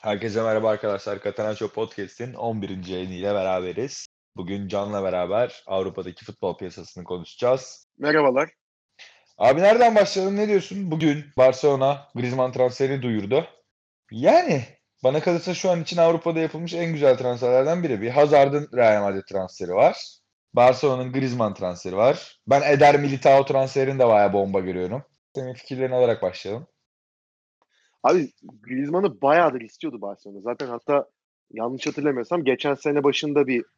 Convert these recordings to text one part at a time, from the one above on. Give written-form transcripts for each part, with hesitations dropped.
Herkese merhaba arkadaşlar. Catenaccio Podcast'in 11. yayınıyla beraberiz. Bugün Can'la beraber Avrupa'daki futbol piyasasını konuşacağız. Merhabalar. Abi nereden başlayalım? Ne diyorsun? Bugün Barcelona Griezmann transferi duyurdu. Yani bana kalırsa şu an için Avrupa'da yapılmış en güzel transferlerden biri. Bir Hazard'ın Real Madrid transferi var. Barcelona'nın Griezmann transferi var. Ben Eder Militao transferini de bayağı bomba görüyorum. Senin fikirlerini alarak başlayalım. Abi Griezmann'ı bayağıdır istiyordu Barcelona. Zaten hatta yanlış hatırlamıyorsam geçen sene başında bir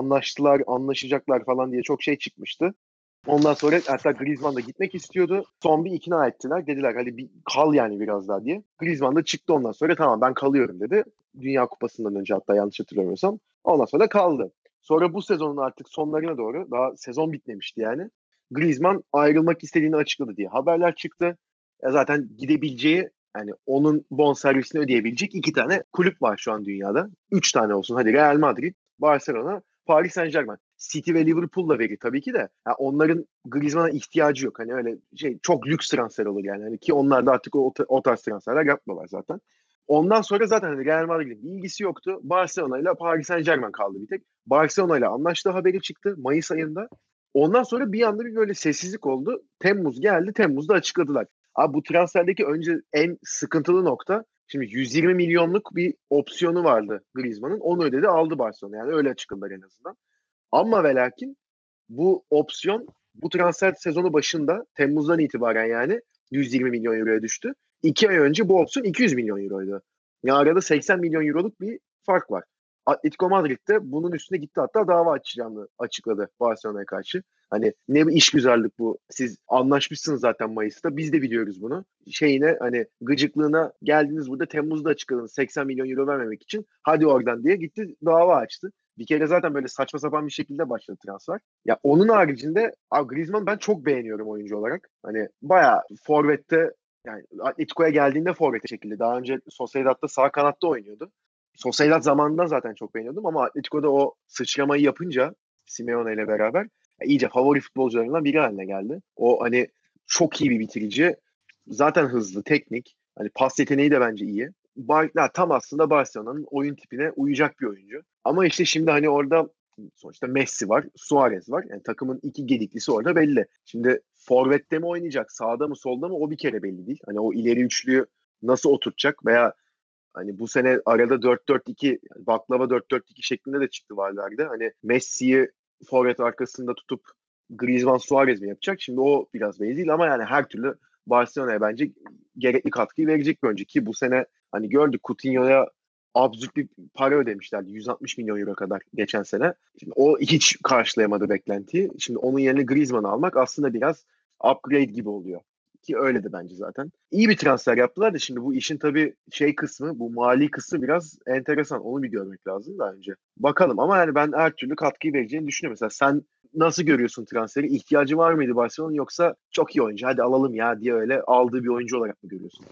anlaşacaklar falan diye çok şey çıkmıştı. Ondan sonra hatta Griezmann da gitmek istiyordu. Son bir ikna ettiler. Dediler hadi bir kal yani biraz daha diye. Griezmann da çıktı ondan sonra tamam ben kalıyorum dedi. Dünya Kupası'ndan önce hatta yanlış hatırlamıyorsam. Ondan sonra da kaldı. Sonra bu sezonun artık sonlarına doğru daha sezon bitmemişti yani. Griezmann ayrılmak istediğini açıkladı diye haberler çıktı. Zaten gidebileceği yani onun bonservisini ödeyebilecek iki tane kulüp var şu an dünyada. Üç tane olsun. Hadi Real Madrid, Barcelona, Paris Saint-Germain. City ve Liverpool da verir tabii ki de. Yani onların Griezmann'a ihtiyacı yok. Hani öyle şey çok lüks transfer olur yani. Hani ki onlar da artık o tarz transferler yapmıyorlar zaten. Ondan sonra zaten hani Real Madrid'in bir ilgisi yoktu. Barcelona ile Paris Saint-Germain kaldı bir tek. Barcelona ile anlaştığı haberi çıktı Mayıs ayında. Ondan sonra bir anda bir böyle sessizlik oldu. Temmuz geldi. Temmuz'da açıkladılar. Abi bu transferdeki önce en sıkıntılı nokta şimdi 120 milyonluk bir opsiyonu vardı Griezmann'ın. Onu ödedi aldı Barcelona. Yani öyle açıkladılar en azından. Ama ve lakin bu opsiyon bu transfer sezonu başında Temmuz'dan itibaren yani 120 milyon euroya düştü. 2 ay önce bu opsiyon 200 milyon euroydu. Yani arada 80 milyon euroluk bir fark var. Atletico Madrid de bunun üstüne gitti hatta dava açacağını açıkladı Barcelona'ya karşı. Hani ne bir işgüzarlık bu. Siz anlaşmışsınız zaten Mayıs'ta. Biz de biliyoruz bunu. Şeyine hani gıcıklığına geldiniz burada Temmuz'da açıkladınız 80 milyon euro vermemek için. Hadi oradan diye gitti dava açtı. Bir kere zaten böyle saçma sapan bir şekilde başladı transfer. Ya onun haricinde Griezmann ben çok beğeniyorum oyuncu olarak. Hani bayağı forvette yani Atletico'ya geldiğinde forvete şekilde. Daha önce Sociedad'da sağ kanatta oynuyordu. Sociedad zamanından zaten çok beğeniyordum ama Atletico'da o sıçramayı yapınca Simeone ile beraber iyice favori futbolcularından biri haline geldi. O hani çok iyi bir bitirici. Zaten hızlı, teknik. Hani pas yeteneği de bence iyi. Tam aslında Barcelona'nın oyun tipine uyacak bir oyuncu. Ama işte şimdi hani orada sonuçta Messi var, Suarez var. Yani takımın iki gediklisi orada belli. Şimdi forvette mi oynayacak, sağda mı, solda mı o bir kere belli değil. Hani o ileri üçlüyü nasıl oturtacak veya hani bu sene arada 4-4-2 yani baklava 4-4-2 şeklinde de çıktı varlarda. Hani Messi'yi forvet arkasında tutup Griezmann Suarez mi yapacak? Şimdi o biraz belli değil ama yani her türlü Barcelona'ya bence gerekli katkıyı verecek bir oyuncu ki bu sene hani gördük Coutinho'ya absürt bir para ödemişlerdi. 160 milyon euro kadar geçen sene. Şimdi o hiç karşılayamadı beklentiyi. Şimdi onun yerine Griezmann'ı almak aslında biraz upgrade gibi oluyor. Ki öyle de bence zaten. İyi bir transfer yaptılar da şimdi bu işin tabii şey kısmı, bu mali kısmı biraz enteresan. Onu bir görmek lazım daha önce. Bakalım ama yani ben her türlü katkıyı vereceğini düşünüyorum. Mesela sen nasıl görüyorsun transferi? İhtiyacı var mıydı Barcelona'nın yoksa çok iyi oyuncu hadi alalım ya diye öyle aldığı bir oyuncu olarak mı görüyorsun?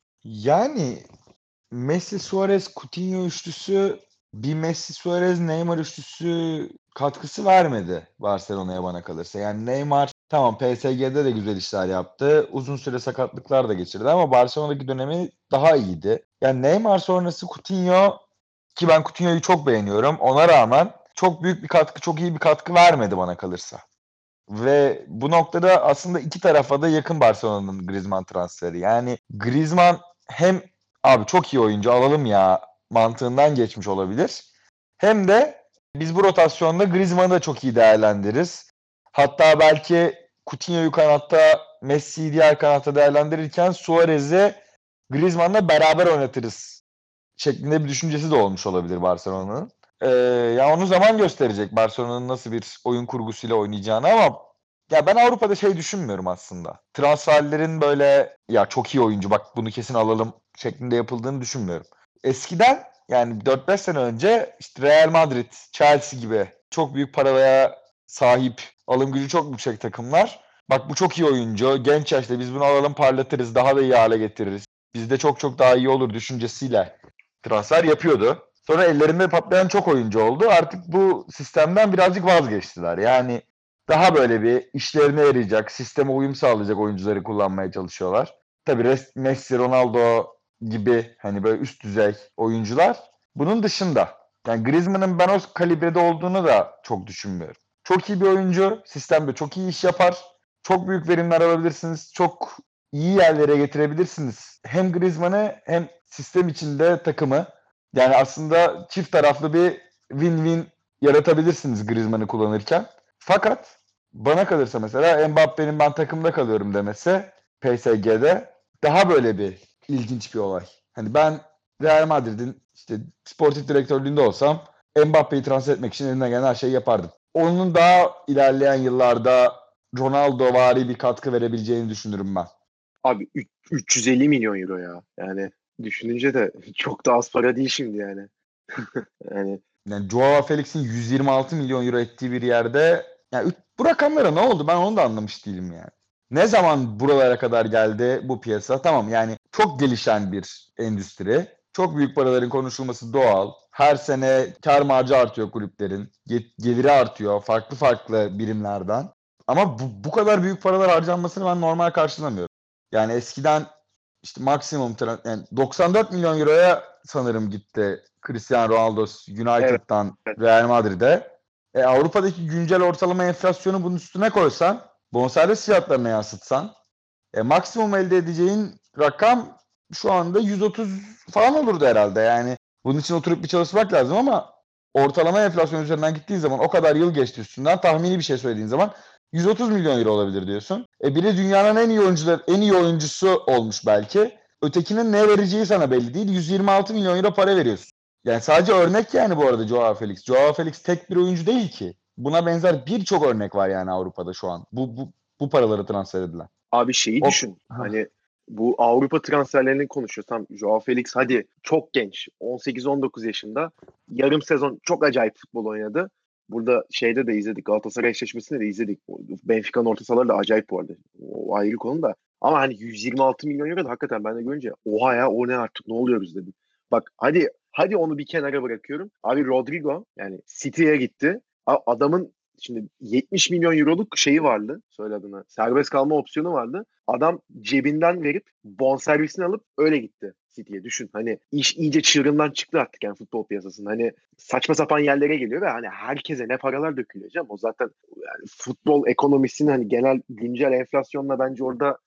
Yani Messi, Suarez, Coutinho üçlüsü bir Messi, Suarez, Neymar üçlüsü katkısı vermedi Barcelona'ya bana kalırsa. Yani Neymar tamam PSG'de de güzel işler yaptı. Uzun süre sakatlıklar da geçirdi ama Barcelona'daki dönemi daha iyiydi. Yani Neymar sonrası Coutinho ki ben Coutinho'yu çok beğeniyorum. Ona rağmen çok büyük bir katkı, çok iyi bir katkı vermedi bana kalırsa. Ve bu noktada aslında iki tarafa da yakın Barcelona'nın Griezmann transferi. Yani Griezmann hem abi çok iyi oyuncu alalım ya mantığından geçmiş olabilir. Hem de biz bu rotasyonda Griezmann'ı da çok iyi değerlendiririz. Hatta belki Coutinho'yu kanatta, Messi'yi diğer kanatta değerlendirirken Suarez'i Griezmann'la beraber oynatırız şeklinde bir düşüncesi de olmuş olabilir Barcelona'nın. Ya onu zaman gösterecek Barcelona'nın nasıl bir oyun kurgusuyla oynayacağını ama ya ben Avrupa'da şey düşünmüyorum aslında. Transferlerin böyle ya çok iyi oyuncu bak bunu kesin alalım şeklinde yapıldığını düşünmüyorum. Eskiden yani 4-5 sene önce işte Real Madrid, Chelsea gibi çok büyük paraya sahip, alım gücü çok yüksek takımlar. Bak bu çok iyi oyuncu. Genç yaşta biz bunu alalım parlatırız, daha da iyi hale getiririz. Bizde çok çok daha iyi olur düşüncesiyle transfer yapıyordu. Sonra ellerinde patlayan çok oyuncu oldu. Artık bu sistemden birazcık vazgeçtiler. Yani daha böyle bir işlerine yarayacak, sisteme uyum sağlayacak oyuncuları kullanmaya çalışıyorlar. Tabii Messi, Ronaldo gibi hani böyle üst düzey oyuncular. Bunun dışında yani Griezmann'ın ben o kalibrede olduğunu da çok düşünmüyorum. Çok iyi bir oyuncu, sistemde çok iyi iş yapar. Çok büyük verimler alabilirsiniz. Çok iyi yerlere getirebilirsiniz. Hem Griezmann'ı hem sistem içinde takımı. Yani aslında çift taraflı bir win-win yaratabilirsiniz Griezmann'ı kullanırken. Fakat bana kalırsa mesela Mbappe'nin ben takımda kalıyorum demesi PSG'de daha böyle bir ilginç bir olay. Hani ben Real Madrid'in işte sportif direktörlüğünde olsam Mbappe'yi transfer etmek için elimden gelen her şeyi yapardım. Onun daha ilerleyen yıllarda Ronaldovari bir katkı verebileceğini düşünürüm ben. Abi 350 milyon euro ya. Yani düşününce de çok da az para değil şimdi yani. Yani Yani Joao Felix'in 126 milyon euro ettiği bir yerde yani bu rakamlara ne oldu? Ben onu da anlamış değilim yani. Ne zaman buralara kadar geldi bu piyasa? Tamam yani çok gelişen bir endüstri. Çok büyük paraların konuşulması doğal. Her sene kar marjı artıyor kulüplerin. Geliri artıyor farklı farklı birimlerden. Ama bu kadar büyük paralar harcanmasını ben normal karşılamıyorum. Yani eskiden işte maksimum yani 94 milyon euroya sanırım gitti Cristiano Ronaldo evet, United'dan evet. Real Madrid'e. Avrupa'daki güncel ortalama enflasyonu bunun üstüne koysan, bonservis fiyatlarına yansıtsan, maksimum elde edeceğin rakam şu anda 130 falan olurdu herhalde. Yani bunun için oturup bir çalışmak lazım ama ortalama enflasyon üzerinden gittiğin zaman o kadar yıl geçti üstünden tahmini bir şey söylediğin zaman 130 milyon euro olabilir diyorsun. Biri dünyanın en iyi oyuncusu olmuş belki. Ötekinin ne vereceği sana belli değil. 126 milyon euro para veriyorsun. Yani sadece örnek yani bu arada Joao Felix. Joao Felix tek bir oyuncu değil ki. Buna benzer birçok örnek var yani Avrupa'da şu an. Bu paraları transfer edilen. Abi şeyi O, düşün. Hani bu Avrupa transferlerini konuşuyorsam Joao Felix hadi çok genç. 18-19 yaşında. Yarım sezon çok acayip futbol oynadı. Burada şeyde de izledik. Galatasaray eşleşmesinde de izledik. Benfica'nın orta sahaları da acayip bu arada. O ayrı konu da. Ama hani 126 milyon euro da hakikaten ben de görünce oha ya o ne artık ne oluyoruz dedim. Bak hadi onu bir kenara bırakıyorum. Abi Rodrigo yani City'ye gitti. Adamın şimdi 70 milyon euroluk şeyi vardı. Söyle adını. Serbest kalma opsiyonu vardı. Adam cebinden verip bonservisini alıp öyle gitti City'ye. Düşün hani iş iyice çığırından çıktı artık yani futbol piyasasında. Hani saçma sapan yerlere geliyor ve hani herkese ne paralar dökülüyor canım. O zaten yani futbol ekonomisinin hani genel güncel enflasyonla bence orada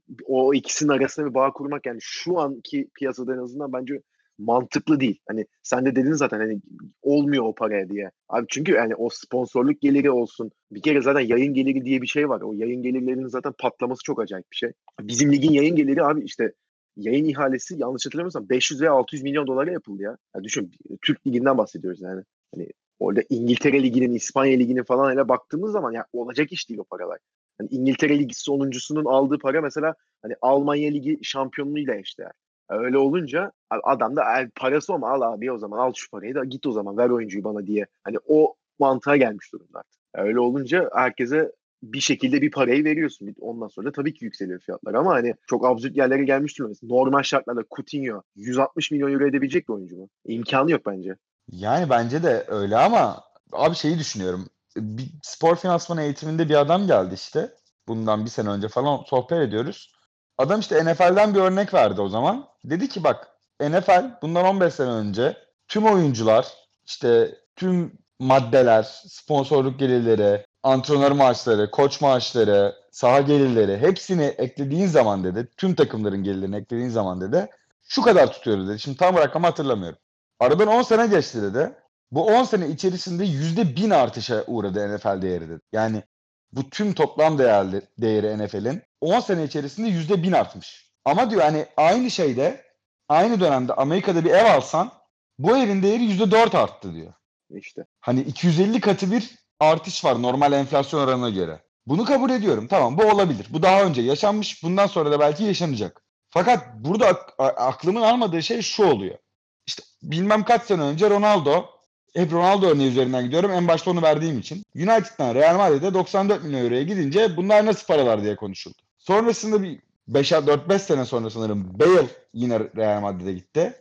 o ikisinin arasında bir bağ kurmak yani şu anki piyasada en azından bence mantıklı değil. Hani sen de dedin zaten hani olmuyor o paraya diye. Abi çünkü yani o sponsorluk geliri olsun. Bir kere zaten yayın geliri diye bir şey var. O yayın gelirlerinin zaten patlaması çok acayip bir şey. Bizim ligin yayın geliri abi işte yayın ihalesi yanlış hatırlamıyorsam 500 veya 600 milyon dolara yapıldı ya. Yani düşün Türk liginden bahsediyoruz yani. Hani orada İngiltere liginin, İspanya liginin falan hele baktığımız zaman ya olacak iş değil o paralar. Hani İngiltere Ligi sonuncusunun aldığı para mesela hani Almanya Ligi şampiyonluğuyla eşdeğer. Öyle olunca adam da parası o mu al abi o zaman al şu parayı da git o zaman ver oyuncuyu bana diye. Hani o mantığa gelmiş durumda artık. Öyle olunca herkese bir şekilde bir parayı veriyorsun. Ondan sonra da tabii ki yükseliyor fiyatlar ama hani çok absürt yerlere gelmiş durumda. Normal şartlarda Coutinho 160 milyon euro edebilecek bir oyuncu mu? İmkanı yok bence. yani bence de öyle ama abi şeyi düşünüyorum. Bir spor finansman eğitiminde bir adam geldi işte. Bundan bir sene önce falan sohbet ediyoruz. Adam işte NFL'den bir örnek verdi o zaman. Dedi ki bak NFL bundan 15 sene önce tüm oyuncular işte tüm maddeler, sponsorluk gelirleri, antrenör maaşları, koç maaşları, saha gelirleri hepsini eklediğin zaman dedi. Tüm takımların gelirlerini eklediğin zaman dedi. Şu kadar tutuyoruz dedi. Şimdi tam rakamı hatırlamıyorum. Aradan 10 sene geçti dedi. Bu 10 sene içerisinde %1000 artışa uğradı NFL değeri dedi. Yani bu tüm toplam değeri NFL'in 10 sene içerisinde %1000 artmış. Ama diyor hani aynı şeyde aynı dönemde Amerika'da bir ev alsan bu evin değeri %4 arttı diyor. İşte. Hani 250 katı bir artış var normal enflasyon oranına göre. Bunu kabul ediyorum. Tamam bu olabilir. Bu daha önce yaşanmış. Bundan sonra da belki yaşanacak. Fakat burada aklımın almadığı şey şu oluyor. İşte bilmem kaç sene önce Ronaldo, hep Ronaldo örneği üzerinden gidiyorum en başta onu verdiğim için. United'dan Real Madrid'e 94 milyon euroya gidince bunlar nasıl paralar diye konuşuldu. Sonrasında bir 4-5 sene sonra sanırım Bale yine Real Madrid'e gitti.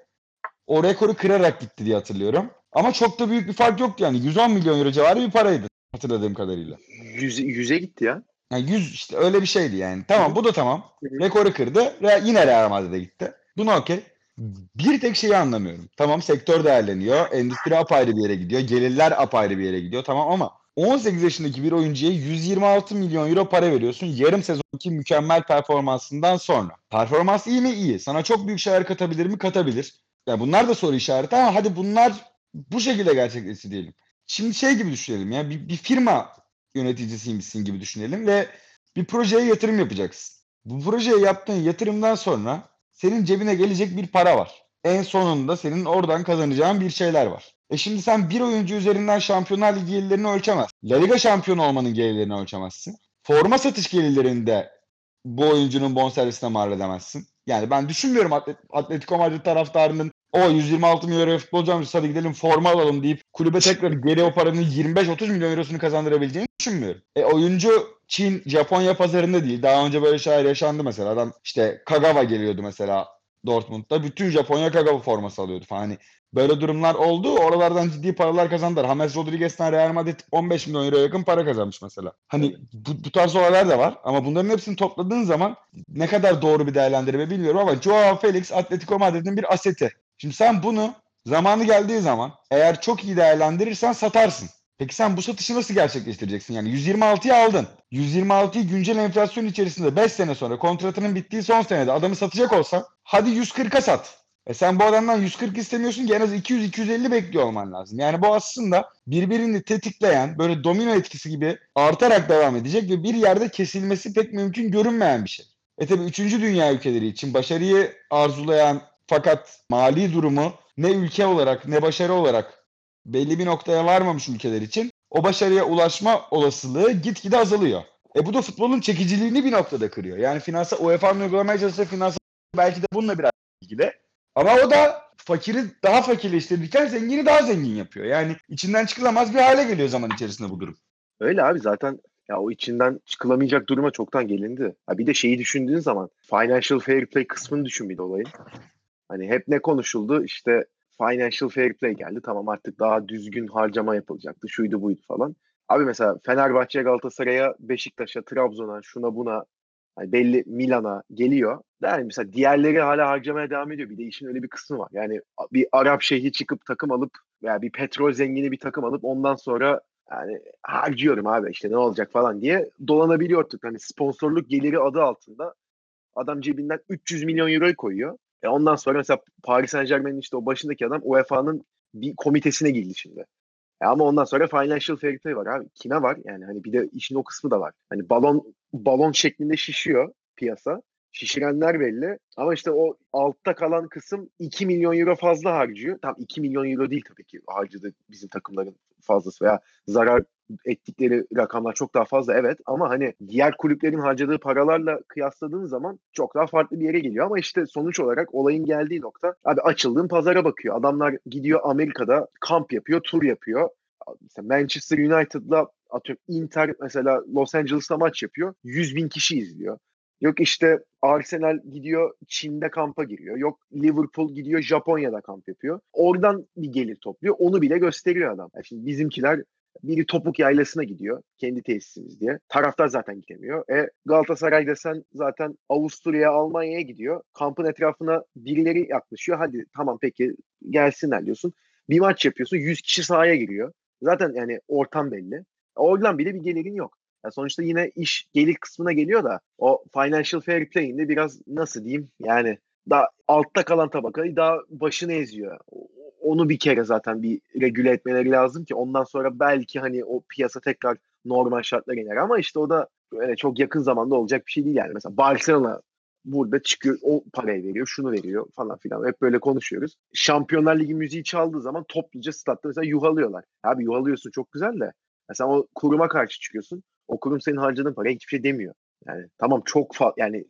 O rekoru kırarak gitti diye hatırlıyorum. Ama çok da büyük bir fark yoktu yani. 110 milyon euro civarı bir paraydı hatırladığım kadarıyla. Yüze gitti ya. Yani 100 işte öyle bir şeydi yani. Hı Tamam hı. bu da tamam. Hı hı. Rekoru kırdı. Yine Real Madrid'e gitti. Buna okey. Bir tek şeyi anlamıyorum. Tamam, sektör değerleniyor. Endüstri apayrı bir yere gidiyor. Gelirler apayrı bir yere gidiyor. Tamam ama 18 yaşındaki bir oyuncuya 126 milyon euro para veriyorsun. Yarım sezonki mükemmel performansından sonra. Performans iyi mi? İyi. Sana çok büyük şeyler katabilir mi? Katabilir. Ya bunlar da soru işareti ama hadi bunlar bu şekilde gerçekleşti diyelim. Şimdi şey gibi düşünelim ya. Bir firma yöneticisiymişsin gibi düşünelim ve bir projeye yatırım yapacaksın. Bu projeye yaptığın yatırımdan sonra senin cebine gelecek bir para var. En sonunda senin oradan kazanacağın bir şeyler var. Şimdi sen bir oyuncu üzerinden Şampiyonlar Ligi gelirlerini ölçemezsin. La Liga şampiyonu olmanın gelirlerini ölçemezsin. Forma satış gelirlerinde bu oyuncunun bonservisine mal edemezsin. Yani ben düşünmüyorum Atletico Madrid taraftarının o 126 milyon euro futbolcu almışız hadi gidelim forma alalım deyip kulübe tekrar geri o paranın 25-30 milyon eurosunu kazandırabileceğini düşünmüyorum. Oyuncu Çin, Japonya pazarında değil. Daha önce böyle şeyler yaşandı mesela. Adam işte Kagawa geliyordu mesela Dortmund'da. Bütün Japonya Kagawa forması alıyordu falan. Hani böyle durumlar oldu. Oralardan ciddi paralar kazandılar. James Rodriguez'ten Real Madrid 15 milyon euro yakın para kazanmış mesela. Hani bu tarz olaylar da var. Ama bunların hepsini topladığın zaman ne kadar doğru bir değerlendirme bilmiyorum ama Joao Felix Atletico Madrid'in bir aseti. Şimdi sen bunu zamanı geldiği zaman eğer çok iyi değerlendirirsen satarsın. Peki sen bu satışı nasıl gerçekleştireceksin? Yani 126'yı aldın. 126'yı güncel enflasyon içerisinde 5 sene sonra kontratının bittiği son senede adamı satacak olsan hadi 140'a sat. Sen bu adamdan 140 istemiyorsun ki en az 200-250 bekliyor olman lazım. Yani bu aslında birbirini tetikleyen böyle domino etkisi gibi artarak devam edecek ve bir yerde kesilmesi pek mümkün görünmeyen bir şey. Tabii 3. dünya ülkeleri için başarıyı arzulayan fakat mali durumu ne ülke olarak ne başarı olarak belli bir noktaya varmamış ülkeler için o başarıya ulaşma olasılığı gitgide azalıyor. Bu da futbolun çekiciliğini bir noktada kırıyor. Yani finansal UEFA'nın uygulamaya çalıştığı finansal belki de bununla biraz ilgili. Ama o da fakiri daha fakirleştirirken zengini daha zengin yapıyor. Yani içinden çıkılamaz bir hale geliyor zaman içerisinde bu durum. Öyle abi zaten ya o içinden çıkılamayacak duruma çoktan gelindi. Ha bir de şeyi düşündüğün zaman financial fair play kısmını düşün bir de olayın. Hani hep ne konuşuldu? İşte financial fair play geldi. Tamam artık daha düzgün harcama yapılacaktı. Şuydu buydu falan. Abi mesela Fenerbahçe, Galatasaray'a, Beşiktaş'a, Trabzon'a, şuna buna hani belli Milan'a geliyor. Yani mesela diğerleri hala harcamaya devam ediyor. Bir de işin öyle bir kısmı var. Yani bir Arap şeyhi çıkıp takım alıp veya bir petrol zengini bir takım alıp ondan sonra yani harcıyorum abi işte ne olacak falan diye dolanabiliyor artık. Hani sponsorluk geliri adı altında adam cebinden 300 milyon euroyu koyuyor. Ondan sonra mesela Paris Saint-Germain'in işte o başındaki adam UEFA'nın bir komitesine girdi şimdi. Ama ondan sonra financial fair play var abi. Kime var? Yani hani bir de işin o kısmı da var. Hani balon şeklinde şişiyor piyasa. Şişirenler belli. Ama işte o altta kalan kısım 2 milyon euro fazla harcıyor. Tam 2 milyon euro değil tabii ki harcadı bizim takımların fazlası veya zarar ettikleri rakamlar çok daha fazla evet ama hani diğer kulüplerin harcadığı paralarla kıyasladığın zaman çok daha farklı bir yere geliyor ama işte sonuç olarak olayın geldiği nokta abi açıldığın pazara bakıyor. Adamlar gidiyor Amerika'da kamp yapıyor, tur yapıyor. Mesela Manchester United'la atıyorum Inter mesela Los Angeles'ta maç yapıyor. 100 bin kişi izliyor. Yok işte Arsenal gidiyor Çin'de kampa giriyor. Yok Liverpool gidiyor Japonya'da kamp yapıyor. Oradan bir gelir topluyor. Onu bile gösteriyor adam. Yani şimdi bizimkiler biri Topuk Yaylası'na gidiyor. Kendi tesisimiz diye. Taraftar zaten gidemiyor. Galatasaray desen zaten Avusturya'ya, Almanya'ya gidiyor. Kampın etrafına birileri yaklaşıyor. Hadi tamam peki gelsinler diyorsun. Bir maç yapıyorsun. 100 kişi sahaya giriyor. Zaten yani ortam belli. Oradan bile bir gelirin yok. Yani sonuçta yine iş gelir kısmına geliyor da o financial fair play'inde biraz nasıl diyeyim yani daha altta kalan tabakayı daha başını eziyor. Onu bir kere zaten bir regüle etmeleri lazım ki ondan sonra belki hani o piyasa tekrar normal şartlara iner ama işte o da böyle çok yakın zamanda olacak bir şey değil yani. Mesela Barcelona burada çıkıyor o parayı veriyor şunu veriyor falan filan hep böyle konuşuyoruz. Şampiyonlar Ligi müziği çaldığı zaman topluca statta mesela yuhalıyorlar. Abi yuhalıyorsun çok güzel de mesela o kuruma karşı çıkıyorsun. O kurum senin harcadığın paraya hiçbir şey demiyor. Yani tamam çok yani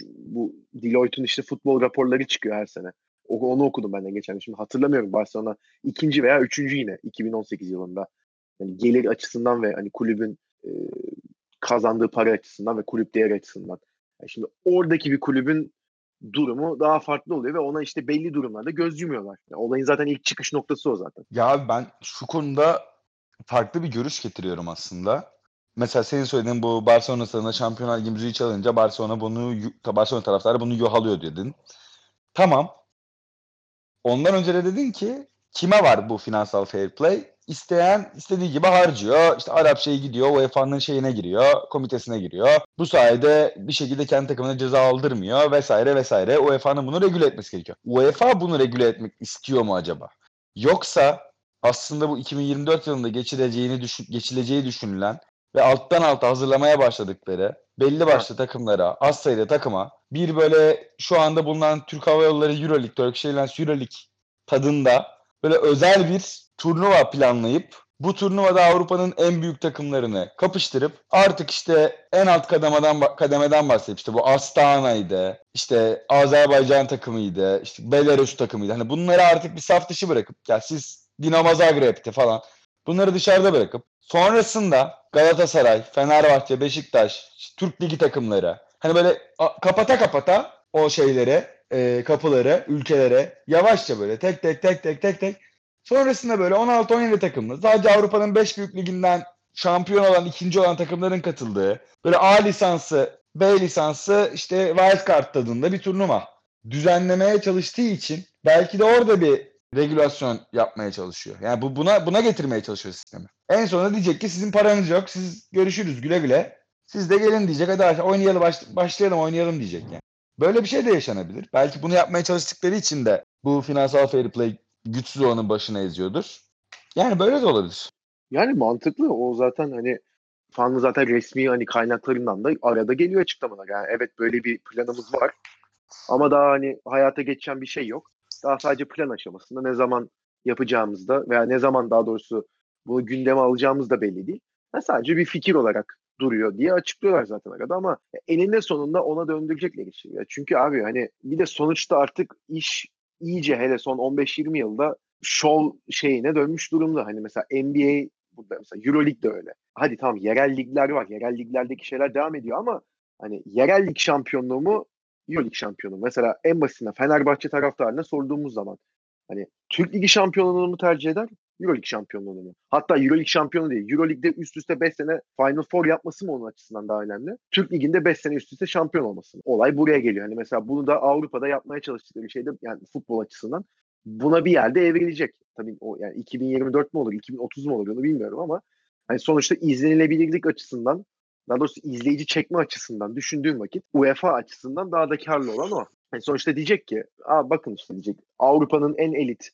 bu Deloitte'un işte futbol raporları çıkıyor her sene. Onu okudum ben de geçen. Şimdi hatırlamıyorum Barcelona ikinci veya üçüncü yine 2018 yılında. Yani gelir açısından ve hani kulübün e, kazandığı para açısından ve kulüp değeri açısından. Yani şimdi oradaki bir kulübün durumu daha farklı oluyor ve ona işte belli durumlarda göz yumuyorlar. Yani olayın zaten ilk çıkış noktası o zaten. Ya abi ben şu konuda farklı bir görüş getiriyorum aslında. Mesela senin söylediğin bu Barcelona stadında Şampiyonlar Ligi müziği çalınca Barcelona taraftarı bunu yuhalıyor dedin. Tamam. ondan önce de dedin ki kime var bu finansal fair play? İsteyen istediği gibi harcıyor. İşte Arap Şeyhi gidiyor, UEFA'nın şeyine giriyor, komitesine giriyor. Bu sayede bir şekilde kendi takımına ceza aldırmıyor vesaire vesaire. UEFA'nın bunu regüle etmesi gerekiyor. UEFA bunu regüle etmek istiyor mu acaba? Yoksa aslında bu 2024 yılında geçileceği düşünülen ve alttan alta hazırlamaya başladıkları belli Ha. başlı takımlara, az sayıda takıma bir böyle şu anda bulunan Türk Hava Yolları Euroleague, Turkish Airlines Euroleague tadında böyle özel bir turnuva planlayıp bu turnuvada Avrupa'nın en büyük takımlarını kapıştırıp artık işte en alt kademeden bahsedip işte bu Astana'ydı, işte Azerbaycan takımıydı, işte Belarus takımıydı. Hani bunları artık bir saf dışı bırakıp ya siz Dinamo Zagreb'ti falan. Bunları dışarıda bırakıp sonrasında Galatasaray, Fenerbahçe, Beşiktaş, Türk Ligi takımları hani böyle kapata kapata o şeylere, kapıları, ülkelere yavaşça böyle tek tek sonrasında böyle 16-17 takımlı sadece Avrupa'nın 5 büyük liginden şampiyon olan, ikinci olan takımların katıldığı böyle A lisansı, B lisansı işte wildcard tadında bir turnuva düzenlemeye çalıştığı için belki de orada bir regülasyon yapmaya çalışıyor. Yani buna getirmeye çalışıyor sistemi. En sonunda diyecek ki sizin paranız yok. Siz görüşürüz güle güle. Siz de gelin diyecek. Hadi oynayalım başlayalım oynayalım diyecek yani. Böyle bir şey de yaşanabilir. Belki bunu yapmaya çalıştıkları için de bu finansal fair play güçsüz olanın başına eziyordur. Yani böyle de olabilir. Yani mantıklı. O zaten hani FAN'ın zaten resmi hani kaynaklarından da arada geliyor açıklamalar. Yani evet böyle bir planımız var. Ama daha hani hayata geçen bir şey yok. Daha sadece plan aşamasında ne zaman yapacağımız da veya ne zaman daha doğrusu bunu gündeme alacağımız da belli değil. Sadece bir fikir olarak duruyor diye açıklıyorlar zaten arada ama eninde sonunda ona döndürecekler işi. Çünkü abi hani bir de sonuçta artık iş iyice hele son 15-20 yılda şov şeyine dönmüş durumda. Hani mesela NBA burada mesela Euroleague de öyle. Hadi tamam yerel ligler var. Yerel liglerdeki şeyler devam ediyor ama hani yerel lig şampiyonluğu mu Euroleague şampiyonu. Mesela en basitinden Fenerbahçe taraftarına sorduğumuz zaman hani Türk Ligi şampiyonluğunu mu tercih eder? Euroleague şampiyonluğunu mu? Hatta Euroleague şampiyonu değil. Euroleague'de üst üste 5 sene Final Four yapması mı onun açısından daha önemli? Türk Ligi'nde 5 sene üst üste şampiyon olması mı? Olay buraya geliyor. Hani mesela bunu da Avrupa'da yapmaya çalıştıkları şeyde yani futbol açısından buna bir yerde evrilecek. Tabii o yani 2024 mi olur, 2030 mu olur onu bilmiyorum ama hani sonuçta izlenilebilirlik açısından daha doğrusu izleyici çekme açısından düşündüğüm vakit UEFA açısından daha da karlı olan o. Yani sonuçta diyecek ki bakın işte diyecek Avrupa'nın en elit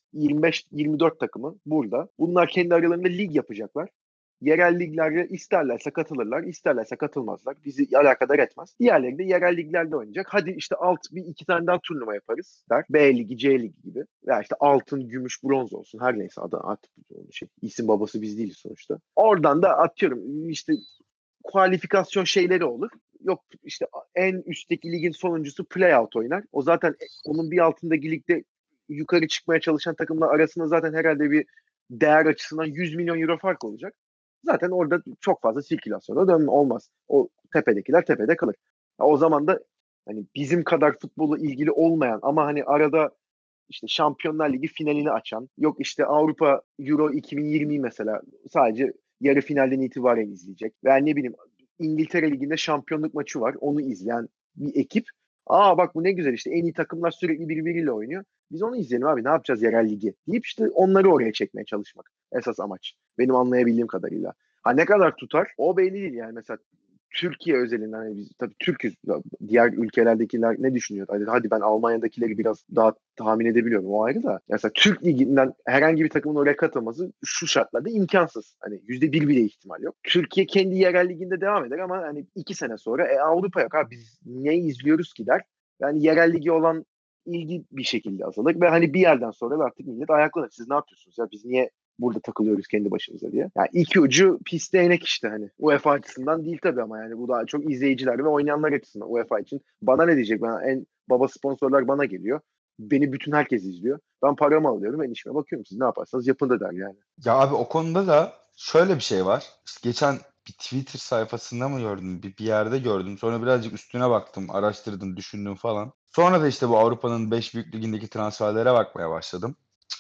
25-24 takımı burada. Bunlar kendi aralarında lig yapacaklar. Yerel liglerde isterlerse katılırlar, isterlerse katılmazlar. Bizi alakadar etmez. Diğerleri de yerel liglerde oynayacak. Hadi işte bir iki tane daha turnuva yaparız der. B ligi, C ligi gibi. Veya işte altın, gümüş, bronz olsun. Her neyse adı artık isim babası biz değiliz sonuçta. Oradan da atıyorum işte kualifikasyon şeyleri olur. Yok işte en üstteki ligin sonuncusu playout oynar. O zaten onun bir altındaki ligde yukarı çıkmaya çalışan takımlar arasında zaten herhalde bir değer açısından 100 milyon euro fark olacak. Zaten orada çok fazla sirkülasyona dönme olmaz. O tepedekiler tepede kalır. O zaman da hani bizim kadar futbola ilgili olmayan ama hani arada işte Şampiyonlar Ligi finalini açan, yok işte Avrupa Euro 2020 mesela sadece yarı finalden itibaren izleyecek. Veya ne bileyim İngiltere Ligi'nde şampiyonluk maçı var. Onu izleyen bir ekip. Bak bu ne güzel işte en iyi takımlar sürekli birbiriyle oynuyor. Biz onu izleyelim abi ne yapacağız yerel ligi deyip işte onları oraya çekmeye çalışmak. Esas amaç. Benim anlayabildiğim kadarıyla. Ne kadar tutar o belli değil yani mesela Türkiye özelinden hani biz tabii Türk'üz. Diğer ülkelerdekiler ne düşünüyor? Hadi ben Almanya'dakileri biraz daha tahmin edebiliyorum. O ayrı da. Mesela Türk Ligi'nden herhangi bir takımın oraya katılması şu şartlarda imkansız. Hani %1 bile ihtimal yok. Türkiye kendi yerel liginde devam eder ama hani 2 sene sonra Avrupa yok abi biz ne izliyoruz ki der. Yani yerel ligi olan ilgi bir şekilde azalır ve hani bir yerden sonra da artık millet ayaklanır. Siz ne yapıyorsunuz ya biz niye burada takılıyoruz kendi başımıza diye. Yani iki ucu pis değnek işte hani. UEFA açısından değil tabii ama yani bu daha çok izleyiciler ve oynayanlar açısından UEFA için. Bana ne diyecek? En baba sponsorlar bana geliyor. Beni bütün herkes izliyor. Ben paramı alıyorum. Ben işime bakıyorum. Siz ne yaparsanız yapın da der yani. Ya abi o konuda da şöyle bir şey var. İşte geçen bir Twitter sayfasında mı gördüm? Bir yerde gördüm. Sonra birazcık üstüne baktım, araştırdım, düşündüm falan. Sonra da işte bu Avrupa'nın 5 büyük ligindeki transferlere bakmaya başladım.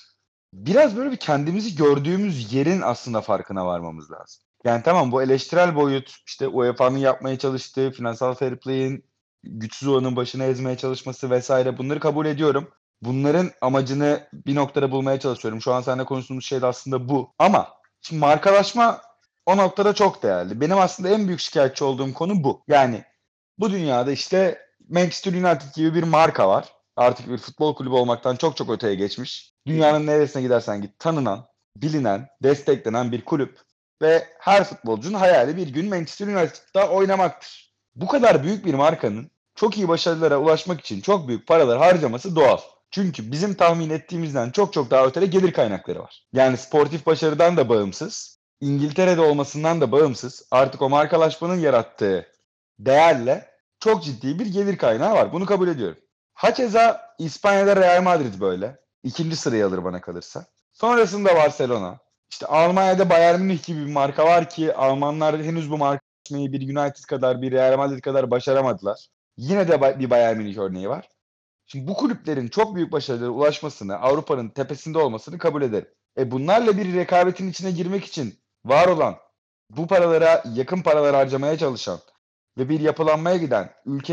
Biraz böyle bir kendimizi gördüğümüz yerin aslında farkına varmamız lazım. Yani tamam bu eleştirel boyut, işte UEFA'nın yapmaya çalıştığı finansal fair play'in güçsüz olanın başına ezmeye çalışması vesaire bunları kabul ediyorum. Bunların amacını bir noktada bulmaya çalışıyorum. Şu an seninle konuştuğumuz şey de aslında bu. Ama şimdi markalaşma o noktada çok değerli. Benim aslında en büyük şikayetçi olduğum konu bu. Yani bu dünyada işte Manchester United gibi bir marka var. Artık bir futbol kulübü olmaktan çok çok öteye geçmiş. Dünyanın neresine gidersen git tanınan, bilinen, desteklenen bir kulüp. Ve her futbolcunun hayali bir gün Manchester United'da oynamaktır. Bu kadar büyük bir markanın çok iyi başarılara ulaşmak için çok büyük paralar harcaması doğal. Çünkü bizim tahmin ettiğimizden çok çok daha ötede gelir kaynakları var. Yani sportif başarıdan da bağımsız, İngiltere'de olmasından da bağımsız, artık o markalaşmanın yarattığı değerle çok ciddi bir gelir kaynağı var. Bunu kabul ediyorum. Hakeza İspanya'da Real Madrid böyle. İkinci sırayı alır bana kalırsa. Sonrasında Barcelona. İşte Almanya'da Bayern Münih gibi bir marka var ki Almanlar henüz bu markalaşmayı bir United kadar, bir Real Madrid kadar başaramadılar. Yine de bir Bayern Münih örneği var. Şimdi bu kulüplerin çok büyük başarılara ulaşmasını, Avrupa'nın tepesinde olmasını kabul ederim. Bunlarla bir rekabetin içine girmek için var olan, bu paralara yakın paralar harcamaya çalışan ve bir yapılanmaya giden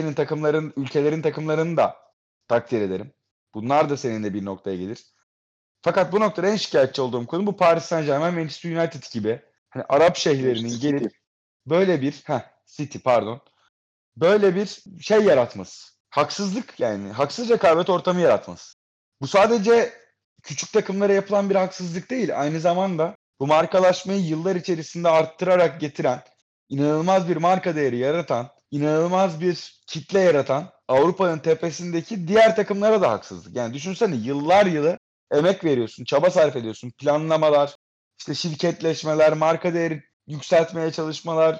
ülkelerin takımlarını da takdir ederim. Bunlar da seninle bir noktaya gelir. Fakat bu noktada en şikayetçi olduğum konu bu Paris Saint-Germain, Manchester United gibi hani Arap şehirlerinin gelip böyle bir City pardon. Böyle bir şey yaratması. Haksızlık yani. Haksız rekabet ortamı yaratması. Bu sadece küçük takımlara yapılan bir haksızlık değil. Aynı zamanda bu markalaşmayı yıllar içerisinde arttırarak getiren, inanılmaz bir marka değeri yaratan, inanılmaz bir kitle yaratan Avrupa'nın tepesindeki diğer takımlara da haksızlık. Yani düşünsene yıllar yılı emek veriyorsun, çaba sarf ediyorsun, planlamalar, işte şirketleşmeler, marka değeri yükseltmeye çalışmalar,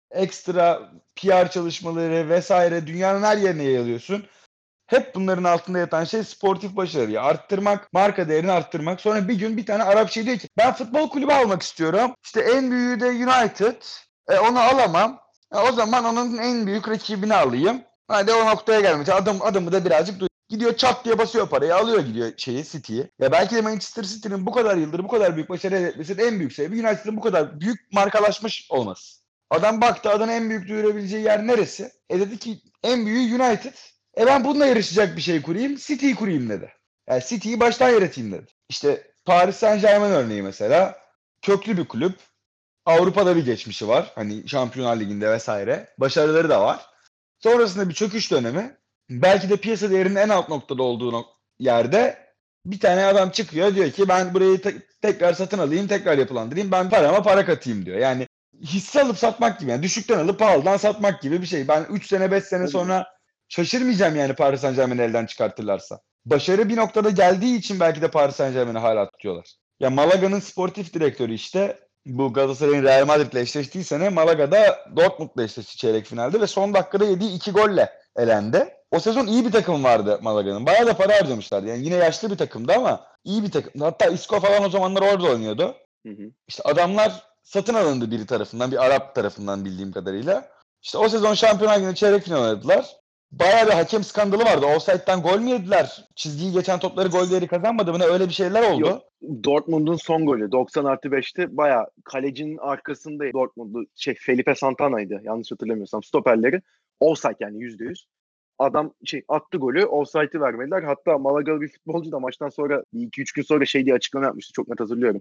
ekstra PR çalışmaları vesaire dünyanın her yerine yayılıyorsun. Hep bunların altında yatan şey sportif başarıyı arttırmak, marka değerini arttırmak. Sonra bir gün bir tane Arap şey diyor ki ben futbol kulübü almak istiyorum. İşte en büyüğü de United. Onu alamam. O zaman onun en büyük rakibini alayım. Hadi o noktaya gelmiş. Adamı da birazcık gidiyor çat diye basıyor parayı alıyor gidiyor City'yi. Ya belki de Manchester City'nin bu kadar yıldır bu kadar büyük başarı elde etmesinin en büyük sebebi United'ın bu kadar büyük markalaşmış olması. Adam baktı adını en büyük duyurabileceği yer neresi? Dedi ki en büyüğü United. Ben bununla yarışacak bir şey kurayım. City'yi kurayım dedi. Yani City'yi baştan yaratayım dedi. İşte Paris Saint-Germain örneği mesela. Köklü bir kulüp. Avrupa'da bir geçmişi var. Hani Şampiyonlar Ligi'nde vesaire. Başarıları da var. Sonrasında bir çöküş dönemi. Belki de piyasa değerinin en alt noktada olduğu yerde bir tane adam çıkıyor diyor ki ben burayı tekrar satın alayım, tekrar yapılandırayım. Ben parama para katayım diyor. Yani hisse alıp satmak gibi. Yani düşükten alıp pahalıdan satmak gibi bir şey. Ben 3 sene 5 sene sonra şaşırmayacağım yani Paris Saint-Germain'i elden çıkartırlarsa. Başarı bir noktada geldiği için belki de Paris Saint-Germain'i hala tutuyorlar. Ya Malaga'nın sportif direktörü işte bu Galatasaray'ın Real Madrid'le eşleştiği sene Malaga'da Dortmund'la eşleşti çeyrek finalde ve son dakikada yediği 2 golle elendi. O sezon iyi bir takım vardı Malaga'nın. Bayağı da para harcamışlardı. Yani yine yaşlı bir takımdı ama iyi bir takım. Hatta Isco falan o zamanlar orada oynuyordu. İşte adamlar satın alındı biri tarafından, bir Arap tarafından bildiğim kadarıyla. İşte o sezon Şampiyonlar Ligi'nde çeyrek final oynadılar. Bayağı bir hakem skandalı vardı. Offside'den gol mü yediler? Çizgiyi geçen topları gol değeri kazanmadı mı ne? Öyle bir şeyler oldu. Yok, Dortmund'un son golü 90+5'te bayağı kalecinin arkasında Dortmund'u Felipe Santana'ydı yanlış hatırlamıyorsam stoperleri. Offside yani %100. Adam attı golü, offside'ı vermediler. Hatta Malagalı bir futbolcu da maçtan sonra 2-3 gün sonra diye açıklama yapmıştı. Çok net hatırlıyorum.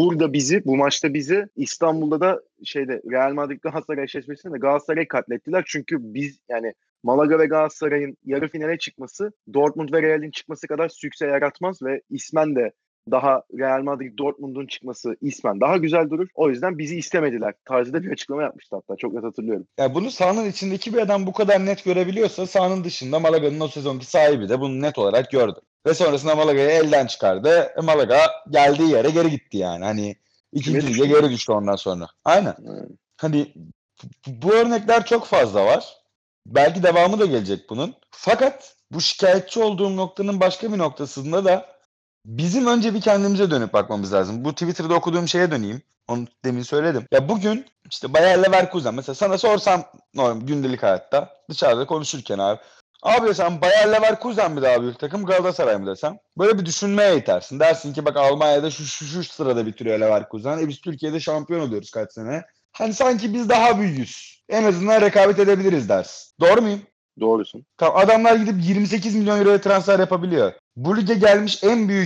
Bu maçta bizi İstanbul'da da Real Madrid Galatasaray eşleşmesinde Galatasaray'ı katlettiler. Çünkü biz yani Malaga ve Galatasaray'ın yarı finale çıkması Dortmund ve Real'in çıkması kadar sükse yaratmaz ve ismen de daha Real Madrid Dortmund'un çıkması ismen daha güzel durur. O yüzden bizi istemediler tarzında bir açıklama yapmıştı hatta. Çok net hatırlıyorum. Ya bunu sahanın içindeki bir adam bu kadar net görebiliyorsa sahanın dışında Malaga'nın o sezonki sahibi de bunu net olarak gördü. Ve sonrasında Malaga'yı elden çıkardı. Malaga geldiği yere geri gitti yani. Hani ikinci lige geri düştü ondan sonra. Aynen. Hani bu örnekler çok fazla var. Belki devamı da gelecek bunun. Fakat bu şikayetçi olduğum noktanın başka bir noktasında da bizim önce bir kendimize dönüp bakmamız lazım. Bu Twitter'da okuduğum şeye döneyim. Onu demin söyledim. Ya bugün işte Bayer Leverkusen mesela sana sorsam normal gündelik hayatta dışarıda konuşurken abi. Abi desem Bayer Leverkusen mi daha büyük takım Galatasaray mı desem? Böyle bir düşünmeye itersin. Dersin ki bak Almanya'da şu sırada bitiriyor Leverkusen. Biz Türkiye'de şampiyon oluyoruz kaç sene. Hani sanki biz daha büyüğüz. En azından rekabet edebiliriz dersin. Doğru muyum? Doğrusun. Tamam, adamlar gidip 28 milyon euroya transfer yapabiliyor. Bu lige gelmiş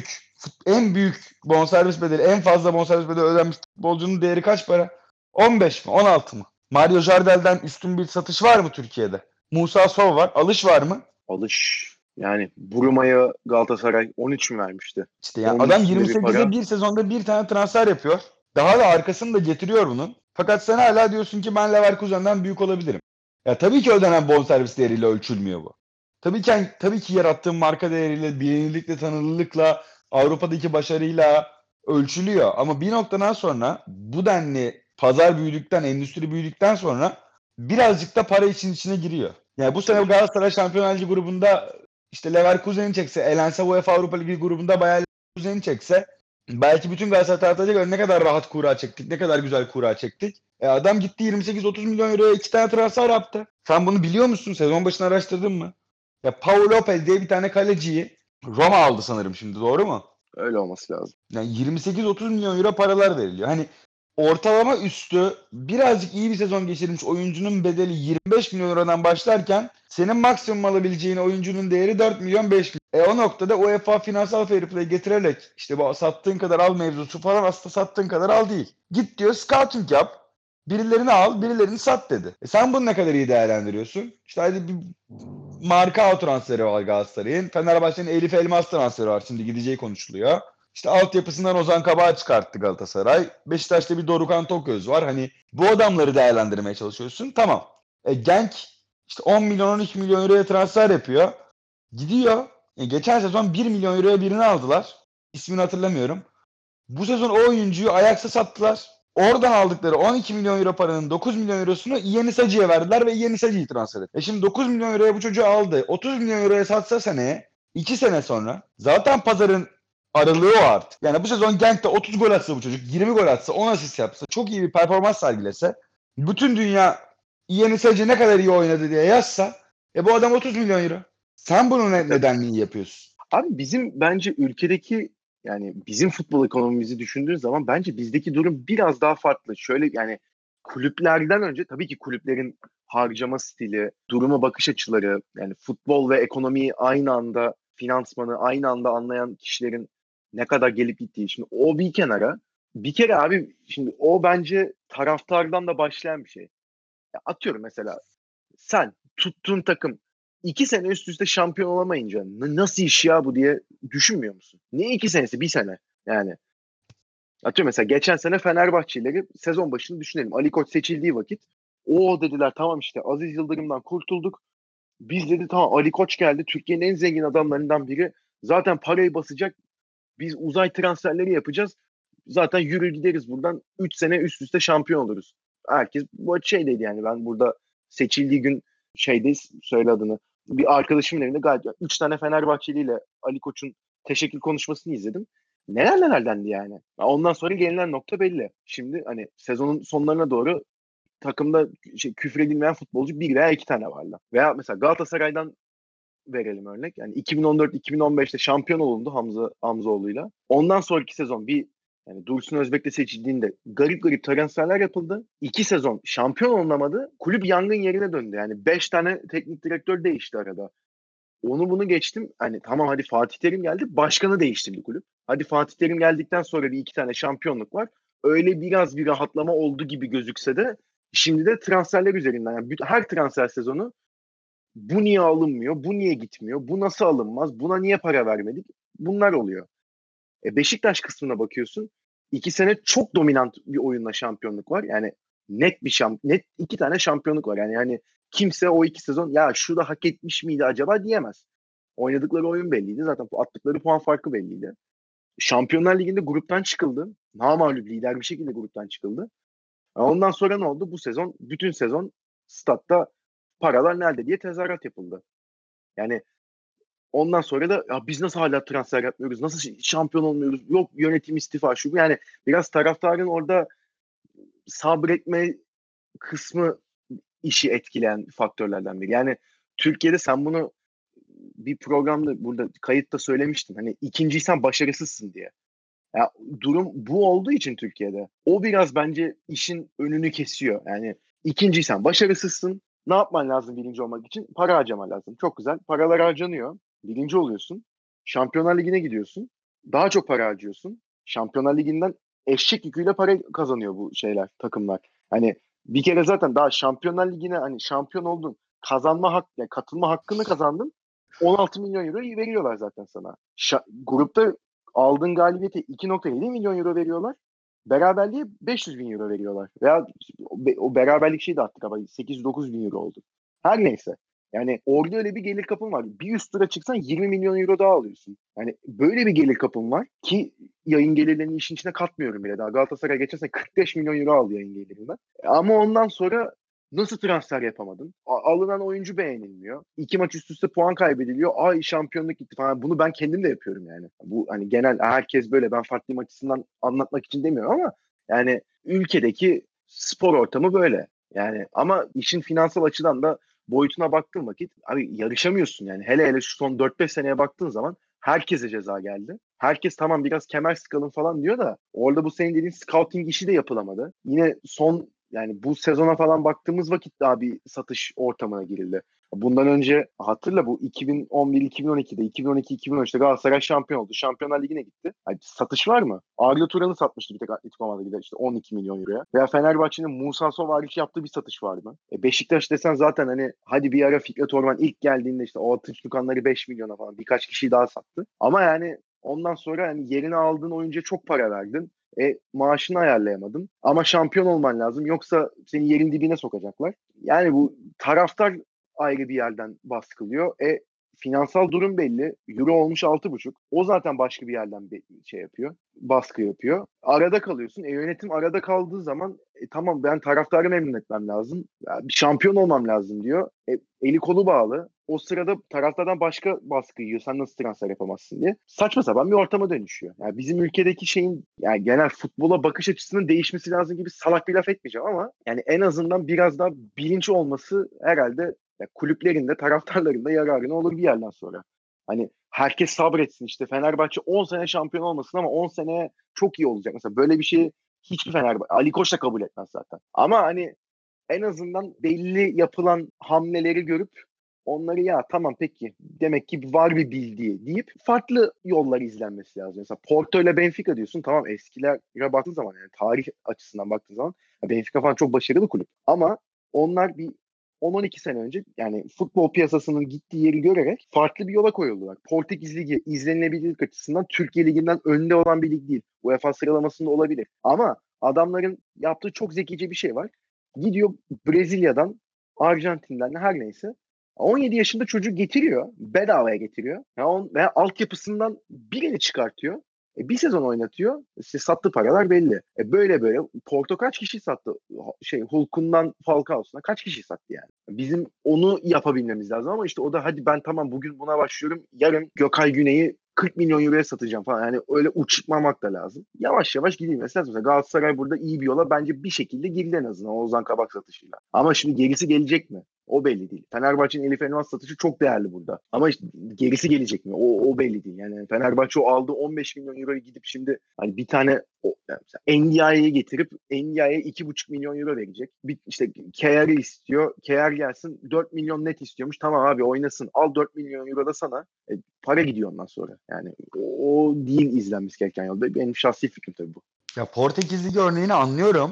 en büyük bonservis bedeli, en fazla bonservis bedeli ödenmiş futbolcunun değeri kaç para? 15 mi? 16 mı? Mario Jardel'den üstün bir satış var mı Türkiye'de? Musa Sow var. Alış var mı? Alış. Yani Buruma'ya Galatasaray 13 mü vermişti? İşte yani Onun adam üstünde bir 28'e para. bir sezonda bir tane transfer yapıyor. Daha da arkasını da getiriyor bunun. Fakat sen hala diyorsun ki ben Leverkusen'den büyük olabilirim. Ya tabii ki ödenen bonservis değeriyle ölçülmüyor bu. Tabii ki yarattığın marka değeriyle, bilinirlikle, tanınırlıkla, Avrupa'daki başarıyla ölçülüyor. Ama bir noktadan sonra bu denli pazar büyüdükten, endüstri büyüdükten sonra birazcık da para için içine giriyor. Yani bu sene Tabii canım. Galatasaray Şampiyonlar Ligi grubunda işte Leverkusen'i çekse, elense UEFA Avrupa Ligi grubunda bayağı Leverkusen'i çekse belki bütün Galatasaray taraftarı ne kadar rahat kura çektik, ne kadar güzel kura çektik. Adam gitti 28-30 milyon euroya 2 tane transfer yaptı. Sen bunu biliyor musun? Sezon başına araştırdın mı? Ya Pau Lopez diye bir tane kaleciyi Roma aldı sanırım şimdi, doğru mu? Öyle olması lazım. Yani 28-30 milyon euro paralar veriliyor. Hani ortalama üstü birazcık iyi bir sezon geçirmiş oyuncunun bedeli 25 milyon eurodan başlarken senin maksimum alabileceğin oyuncunun değeri 4 milyon 5 milyon. O noktada UEFA finansal fair play getirerek işte bu sattığın kadar al mevzusu falan aslında sattığın kadar al değil. Git diyor scouting yap. Birilerini al, birilerini sat dedi. Sen bunu ne kadar iyi değerlendiriyorsun? İşte hadi bir Marka transferi var Galatasaray'ın. Fenerbahçe'nin Elif Elmas transferi var. Şimdi gideceği konuşuluyor. İşte altyapısından Ozan Kabak'ı çıkarttı Galatasaray. Beşiktaş'ta bir Dorukhan Toköz var. Hani bu adamları değerlendirmeye çalışıyorsun. Tamam. Genk işte 10 milyon 12 milyon euroya transfer yapıyor. Gidiyor. Geçen sezon 1 milyon euroya birini aldılar. İsmini hatırlamıyorum. Bu sezon o oyuncuyu Ajax'a sattılar. Oradan aldıkları 12 milyon euro paranın 9 milyon eurosunu Yeni Sacı'ya verdiler ve Yeni Sacı'yı transfer etti. Şimdi 9 milyon euroya bu çocuğu aldı. 30 milyon euroya satsa seneye 2 sene sonra zaten pazarın aralığı o artık. Yani bu sezon Genk'te 30 gol atsa bu çocuk, 20 gol atsa, 10 asist yapsa, çok iyi bir performans sergilese, bütün dünya Yeni Sacı ne kadar iyi oynadı diye yazsa bu adam 30 milyon euro. Sen bunu Tabii. neden iyi yapıyorsun? Abi bizim bence ülkedeki yani bizim futbol ekonomimizi düşündüğün zaman bence bizdeki durum biraz daha farklı. Şöyle yani kulüplerden önce tabii ki kulüplerin harcama stili, duruma bakış açıları, yani futbol ve ekonomiyi aynı anda, finansmanı aynı anda anlayan kişilerin ne kadar gelip gittiği. Şimdi o bir kenara. Bir kere abi şimdi o bence taraftardan da başlayan bir şey. Ya atıyorum mesela sen tuttuğun takım 2 sene üst üste şampiyon olamayınca nasıl iş ya bu diye düşünmüyor musun? Ne 2 senesi? Bir sene yani. Atıyorum mesela geçen sene Fenerbahçelileri sezon başını düşünelim. Ali Koç seçildiği vakit o dediler tamam işte Aziz Yıldırım'dan kurtulduk. Biz dedi tamam Ali Koç geldi. Türkiye'nin en zengin adamlarından biri. Zaten parayı basacak. Biz uzay transferleri yapacağız. Zaten yürür gideriz buradan. 3 sene üst üste şampiyon oluruz. Herkes bu şeydeydi yani. Ben burada seçildiği gün şeydeyiz söyle adını. Bir arkadaşımın evinde gayet 3 tane Fenerbahçeli ile Ali Koç'un teşekkür konuşmasını izledim. Neler neler dendi yani. Ondan sonra gelinen nokta belli. Şimdi hani sezonun sonlarına doğru takımda küfredilmeyen futbolcu bir veya iki tane varlar. Veya mesela Galatasaray'dan verelim örnek. Yani 2014-2015'te şampiyon olundu Hamzaoğlu'yla. Ondan sonraki sezon yani Dursun Özbek'te seçildiğinde garip garip transferler yapıldı. 2 sezon şampiyon olunamadı. Kulüp yangın yerine döndü. Yani 5 tane teknik direktör değişti arada. Onu bunu geçtim. Hani tamam hadi Fatih Terim geldi. Başkanı değiştirdi kulüp. Hadi Fatih Terim geldikten sonra bir iki tane şampiyonluk var. Öyle biraz bir rahatlama oldu gibi gözükse de şimdi de transferler üzerinden. Yani her transfer sezonu bu niye alınmıyor? Bu niye gitmiyor? Bu nasıl alınmaz? Buna niye para vermedik? Bunlar oluyor. Beşiktaş kısmına bakıyorsun. 2 sene çok dominant bir oyunla şampiyonluk var. Yani net 2 tane şampiyonluk var. Yani kimse o 2 sezon ya şu da hak etmiş miydi acaba diyemez. Oynadıkları oyun belliydi. Zaten attıkları puan farkı belliydi. Şampiyonlar Ligi'nde gruptan çıkıldı. Namağlup lider bir şekilde gruptan çıkıldı. Ondan sonra ne oldu? Bu sezon, bütün sezon statta paralar nerede diye tezahürat yapıldı. Yani ondan sonra da ya biz nasıl hala transfer yapmıyoruz? Nasıl şampiyon olmuyoruz? Yok yönetim istifa şu bu. Yani biraz taraftarın orada sabretme kısmı işi etkileyen faktörlerden biri. Yani Türkiye'de sen bunu bir programda burada kayıtta söylemiştin. Hani ikinciysen başarısızsın diye. Ya durum bu olduğu için Türkiye'de o biraz bence işin önünü kesiyor. Yani ikinciysen başarısızsın. Ne yapman lazım birinci olmak için? Para harcaman lazım. Çok güzel. Paralar harcanıyor. Birinci oluyorsun. Şampiyonlar Ligi'ne gidiyorsun. Daha çok para harcıyorsun. Şampiyonlar Ligi'nden eşek yüküyle para kazanıyor bu şeyler, takımlar. Hani bir kere zaten daha Şampiyonlar Ligi'ne hani şampiyon oldun. Kazanma hak, yani katılma hakkını kazandın. 16 milyon euro veriyorlar zaten sana. Grupta aldığın galibiyete 2,7 milyon euro veriyorlar. Beraberliğe 500 bin euro veriyorlar. Veya o beraberlik şeyi de attık ama 809 bin euro oldu. Her neyse. Yani orada öyle bir gelir kapın var. Bir üst tura çıksan 20 milyon euro daha alıyorsun. Yani böyle bir gelir kapın var ki yayın gelirlerini işin içine katmıyorum bile. Daha Galatasaray geçen sene 45 milyon euro aldı yayın gelirinden. Ama ondan sonra nasıl transfer yapamadın? Alınan oyuncu beğenilmiyor. 2 maç üst üste puan kaybediliyor. Ay şampiyonluk gitti falan. Bunu ben kendim de yapıyorum yani. Bu hani genel herkes böyle. Ben farklı maç açısından anlatmak için demiyorum ama yani ülkedeki spor ortamı böyle. Yani ama işin finansal açıdan da boyutuna baktığın vakit abi yarışamıyorsun yani. Hele hele şu son 4-5 seneye baktığın zaman herkese ceza geldi. Herkes tamam biraz kemer sıkalım falan diyor da orada bu senin dediğin scouting işi de yapılamadı. Yine son yani bu sezona falan baktığımız vakit daha bir satış ortamına girildi. Bundan önce hatırla bu 2011-2012'de, 2012-2013'te Galatasaray şampiyon oldu. Şampiyonlar Ligi'ne gitti. Yani satış var mı? Arda Turan'ı satmıştı bir tek Atletico Madrid'de işte 12 milyon euroya. Veya Fenerbahçe'nin Musa Sow yaptığı bir satış var mı? Beşiktaş desen zaten hani hadi bir ara Fikret Orman ilk geldiğinde işte o atış Tukanları 5 milyona falan birkaç kişiyi daha sattı. Ama yani ondan sonra hani yerine aldığın oyuncuya çok para verdin. Maaşını ayarlayamadın. Ama şampiyon olman lazım. Yoksa seni yerin dibine sokacaklar. Yani bu taraftar ayrı bir yerden baskılıyor. Finansal durum belli. Euro olmuş 6,5. O zaten başka bir yerden bir şey yapıyor. Baskı yapıyor. Arada kalıyorsun. Yönetim arada kaldığı zaman tamam ben taraftarı memnun etmem lazım. Bir şampiyon olmam lazım diyor. Eli kolu bağlı. O sırada taraftardan başka baskı yiyor. Sen nasıl transfer yapamazsın diye. Saçma sapan bir ortama dönüşüyor. Yani bizim ülkedeki şeyin yani genel futbola bakış açısının değişmesi lazım gibi salak bir laf etmeyeceğim ama yani en azından biraz daha bilinç olması herhalde ya kulüplerin de taraftarların da yararına olur bir yerden sonra. Hani herkes sabretsin işte Fenerbahçe 10 sene şampiyon olmasın ama 10 sene çok iyi olacak. Mesela böyle bir şey hiçbir Fenerbahçe, Ali Koç da kabul etmez zaten. Ama hani en azından belli yapılan hamleleri görüp onları ya tamam peki demek ki var bir bildiği deyip farklı yollar izlenmesi lazım. Mesela Porto ile Benfica diyorsun tamam eskilere baktığın zaman yani tarih açısından baktığın zaman Benfica falan çok başarılı kulüp. Ama onlar bir 10-12 sene önce yani futbol piyasasının gittiği yeri görerek farklı bir yola koyuldular. Portekiz Ligi izlenilebilirlik açısından Türkiye Ligi'nden önde olan bir lig değil. UEFA sıralamasında olabilir. Ama adamların yaptığı çok zekice bir şey var. Gidiyor Brezilya'dan, Arjantin'den her neyse 17 yaşında çocuğu getiriyor. Bedavaya getiriyor. Veya altyapısından birini çıkartıyor. Bir sezon oynatıyor. İşte sattığı paralar belli. Böyle böyle Porto kaç kişi sattı? Hulk'undan Falcao'suna kaç kişi sattı yani? Bizim onu yapabilmemiz lazım ama işte o da hadi ben tamam bugün buna başlıyorum. Yarın Gökay Güney'i 40 milyon euroya satacağım falan. Yani öyle uçmamak da lazım. Yavaş yavaş gidilmesi lazım. Mesela Galatasaray burada iyi bir yola bence bir şekilde girdi en azından Oğuzhan Kabak satışıyla. Ama şimdi gerisi gelecek mi? O belli değil. Fenerbahçe'nin Elif Elmas satışı çok değerli burada. Ama işte gerisi gelecek mi? O belli değil. Yani Fenerbahçe o aldığı 15 milyon euroyu gidip şimdi hani bir tane yani NDI'ye getirip NDI'ye 2,5 milyon euro verecek. İşte KR'i istiyor. KR gelsin 4 milyon net istiyormuş. Tamam abi oynasın. Al 4 milyon euro da sana. Para gidiyor ondan sonra. Yani o değil izlenmesi gereken yolda. Benim şahsi fikrim tabii bu. Ya Portekiz Ligi örneğini anlıyorum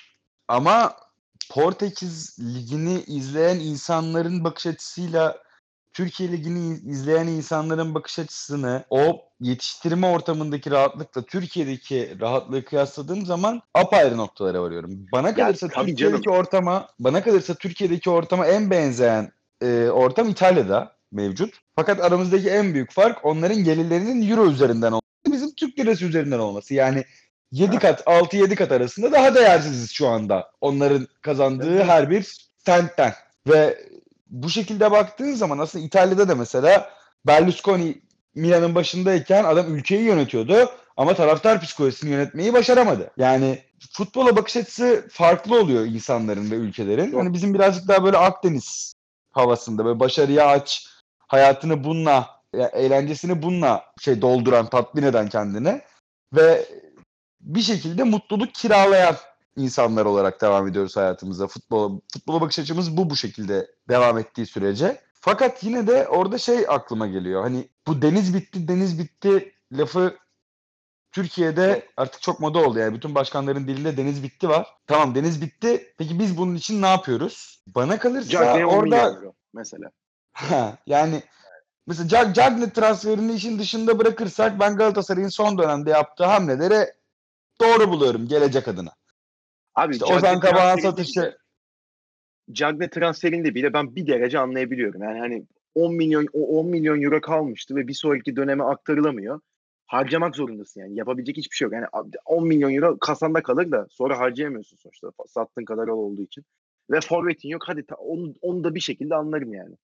ama Portekiz Ligi'ni izleyen insanların bakış açısıyla Türkiye Ligi'ni izleyen insanların bakış açısını o yetiştirme ortamındaki rahatlıkla Türkiye'deki rahatlığı kıyasladığım zaman apayrı noktalara varıyorum. Ya tabii canım. Bana kalırsa Türkiye'deki ortama en benzeyen ortam İtalya'da mevcut. Fakat aramızdaki en büyük fark onların gelirlerinin euro üzerinden olması, bizim Türk lirası üzerinden olması. Yani 7 Ha, kat, 6-7 kat arasında daha değersiziz şu anda. Onların tabii kazandığı canım. her bir sentten. Ve bu şekilde baktığın zaman aslında İtalya'da da mesela Berlusconi Milan'ın başındayken adam ülkeyi yönetiyordu ama taraftar psikolojisini yönetmeyi başaramadı. Yani futbola bakış açısı farklı oluyor insanların ve ülkelerin. Hani Çok. bizim birazcık daha böyle Akdeniz havasında böyle başarıya aç, hayatını bununla, eğlencesini bununla dolduran, tatmin eden kendini ve bir şekilde mutluluk kiralayan insanlar olarak devam ediyoruz hayatımıza. Futbola bakış açımız bu şekilde devam ettiği sürece. Fakat yine de orada şey aklıma geliyor. Hani bu deniz bitti lafı Türkiye'de artık çok moda oldu. Yani bütün başkanların dilinde deniz bitti var. Tamam, deniz bitti. Peki biz bunun için ne yapıyoruz? Bana kalırsa Cagney 10 milyon orada euro mesela. yani mesela Cagney transferini işin dışında bırakırsak ben Galatasaray'ın son dönemde yaptığı hamleleri doğru buluyorum gelecek adına. Abi İşte Ozan Kabak'ın satışı. Cagney transferinde bile ben bir derece anlayabiliyorum. Yani hani 10 milyon euro kalmıştı ve bir sonraki döneme aktarılamıyor. Harcamak zorundasın yani. Yapabilecek hiçbir şey yok. Yani 10 milyon euro kasanda kalır da sonra harcayamıyorsun sonuçta. Sattığın kadar olduğu için. Ve forvetin yok. Hadi onu da bir şekilde anlarım yani.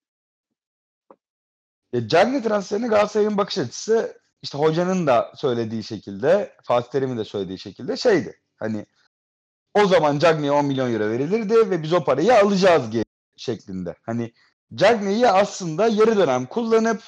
Cagney transferini Galatasaray'ın bakış açısı işte hocanın da söylediği şekilde, Fatih Terim'in de söylediği şekilde şeydi. Hani o zaman Cagney'e 10 milyon euro verilirdi ve biz o parayı alacağız şeklinde. Hani Cagney'i aslında yarı dönem kullanıp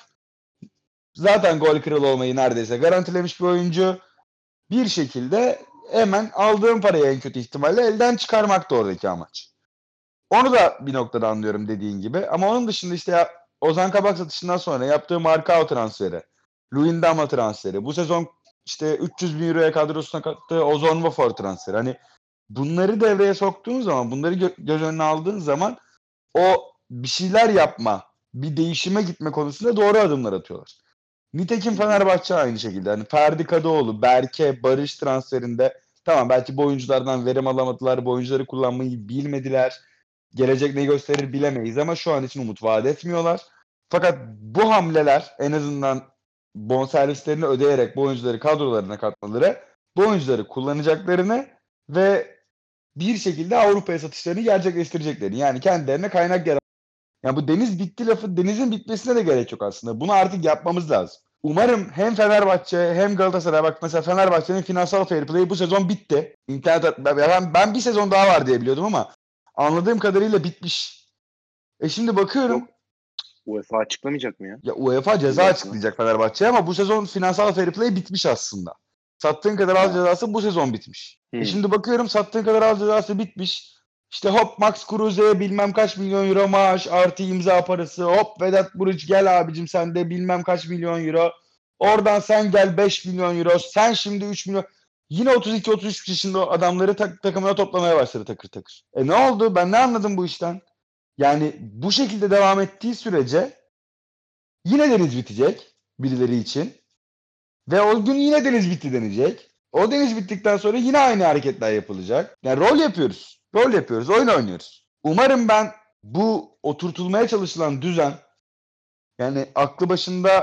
zaten gol kralı olmayı neredeyse garantilemiş bir oyuncu. Bir şekilde hemen aldığım parayı en kötü ihtimalle elden çıkarmak da oradaki amaç. Onu da bir noktada anlıyorum dediğin gibi. Ama onun dışında işte Ozan Kabak satışından sonra yaptığı Marcao transferi, Luyendama transferi, bu sezon işte 300 bin euroya kadrosuna kattığı Ozon Wafor transferi. Hani bunları devreye soktuğun zaman, bunları göz önüne aldığın zaman o bir şeyler yapma, bir değişime gitme konusunda doğru adımlar atıyorlar. Nitekim Fenerbahçe aynı şekilde. Hani Ferdi Kadıoğlu, Berke, Barış transferinde tamam belki bu oyunculardan verim alamadılar, bu oyuncuları kullanmayı bilmediler. Gelecek ne gösterir bilemeyiz ama şu an için umut vaat etmiyorlar. Fakat bu hamleler en azından bonservislerini ödeyerek bu oyuncuları kadrolarına katmaları, bu oyuncuları kullanacaklarını ve bir şekilde Avrupa'ya satışlarını gerçekleştireceklerini, yani kendilerine kaynak yarat. Yani bu deniz bitti lafı, denizin bitmesine de gerek yok aslında. Bunu artık yapmamız lazım. Umarım hem Fenerbahçe hem Galatasaray, bak mesela Fenerbahçe'nin finansal fair play bu sezon bitti. Ben bir sezon daha var diye biliyordum ama anladığım kadarıyla bitmiş. Şimdi bakıyorum, Yok. UEFA açıklamayacak mı ya? ya UEFA ceza Cezasını. açıklayacak Fenerbahçe'ye ama bu sezon finansal fair play bitmiş aslında. Sattığın kadar al Ha. cezası bu sezon bitmiş. Hmm. Şimdi bakıyorum sattığın kadar al cezası bitmiş. İşte hop Max Kruse'ye bilmem kaç milyon euro maaş artı imza parası. Hop Vedat Muriç gel abicim sen de bilmem kaç milyon euro. Oradan sen gel 5 milyon euro. Sen şimdi 3 milyon. Yine 32-33 yaşında adamları takımına toplamaya başladı takır takır. Ne oldu? Ben ne anladım bu işten? Yani bu şekilde devam ettiği sürece yine deniz bitecek birileri için. Ve o gün yine deniz bitti denecek. O deniz bittikten sonra yine aynı hareketler yapılacak. Yani rol yapıyoruz. Rol yapıyoruz. Oyun oynuyoruz. Umarım ben bu oturtulmaya çalışılan düzen, yani aklı başında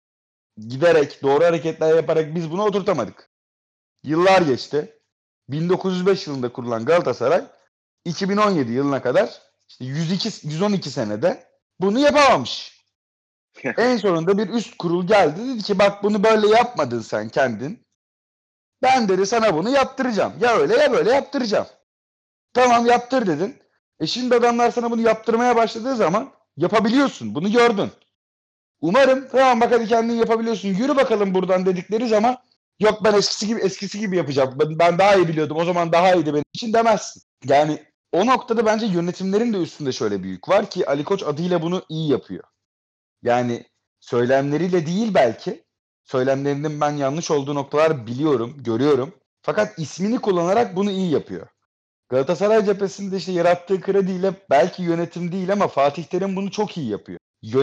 giderek doğru hareketler yaparak biz bunu oturtamadık. Yıllar geçti. 1905 yılında kurulan Galatasaray 2017 yılına kadar işte 112 senede bunu yapamamış. En sonunda bir üst kurul geldi, dedi ki bak bunu böyle yapmadın sen kendin. Ben dedi sana bunu yaptıracağım. Ya öyle ya böyle yaptıracağım. Tamam yaptır dedin. Şimdi adamlar sana bunu yaptırmaya başladığı zaman yapabiliyorsun. Bunu gördün. Umarım tamam bak hadi kendin yapabiliyorsun. Yürü bakalım buradan dedikleri zaman yok ben eskisi gibi yapacağım. Ben daha iyi biliyordum. O zaman daha iyiydi benim için demezsin. Yani o noktada bence yönetimlerin de üstünde şöyle bir yük var ki Ali Koç adıyla bunu iyi yapıyor. Yani söylemleriyle değil belki. Söylemlerinin ben yanlış olduğu noktalar biliyorum, görüyorum. Fakat ismini kullanarak bunu iyi yapıyor. Galatasaray cephesinde işte yarattığı krediyle belki yönetim değil ama Fatih Terim bunu çok iyi yapıyor.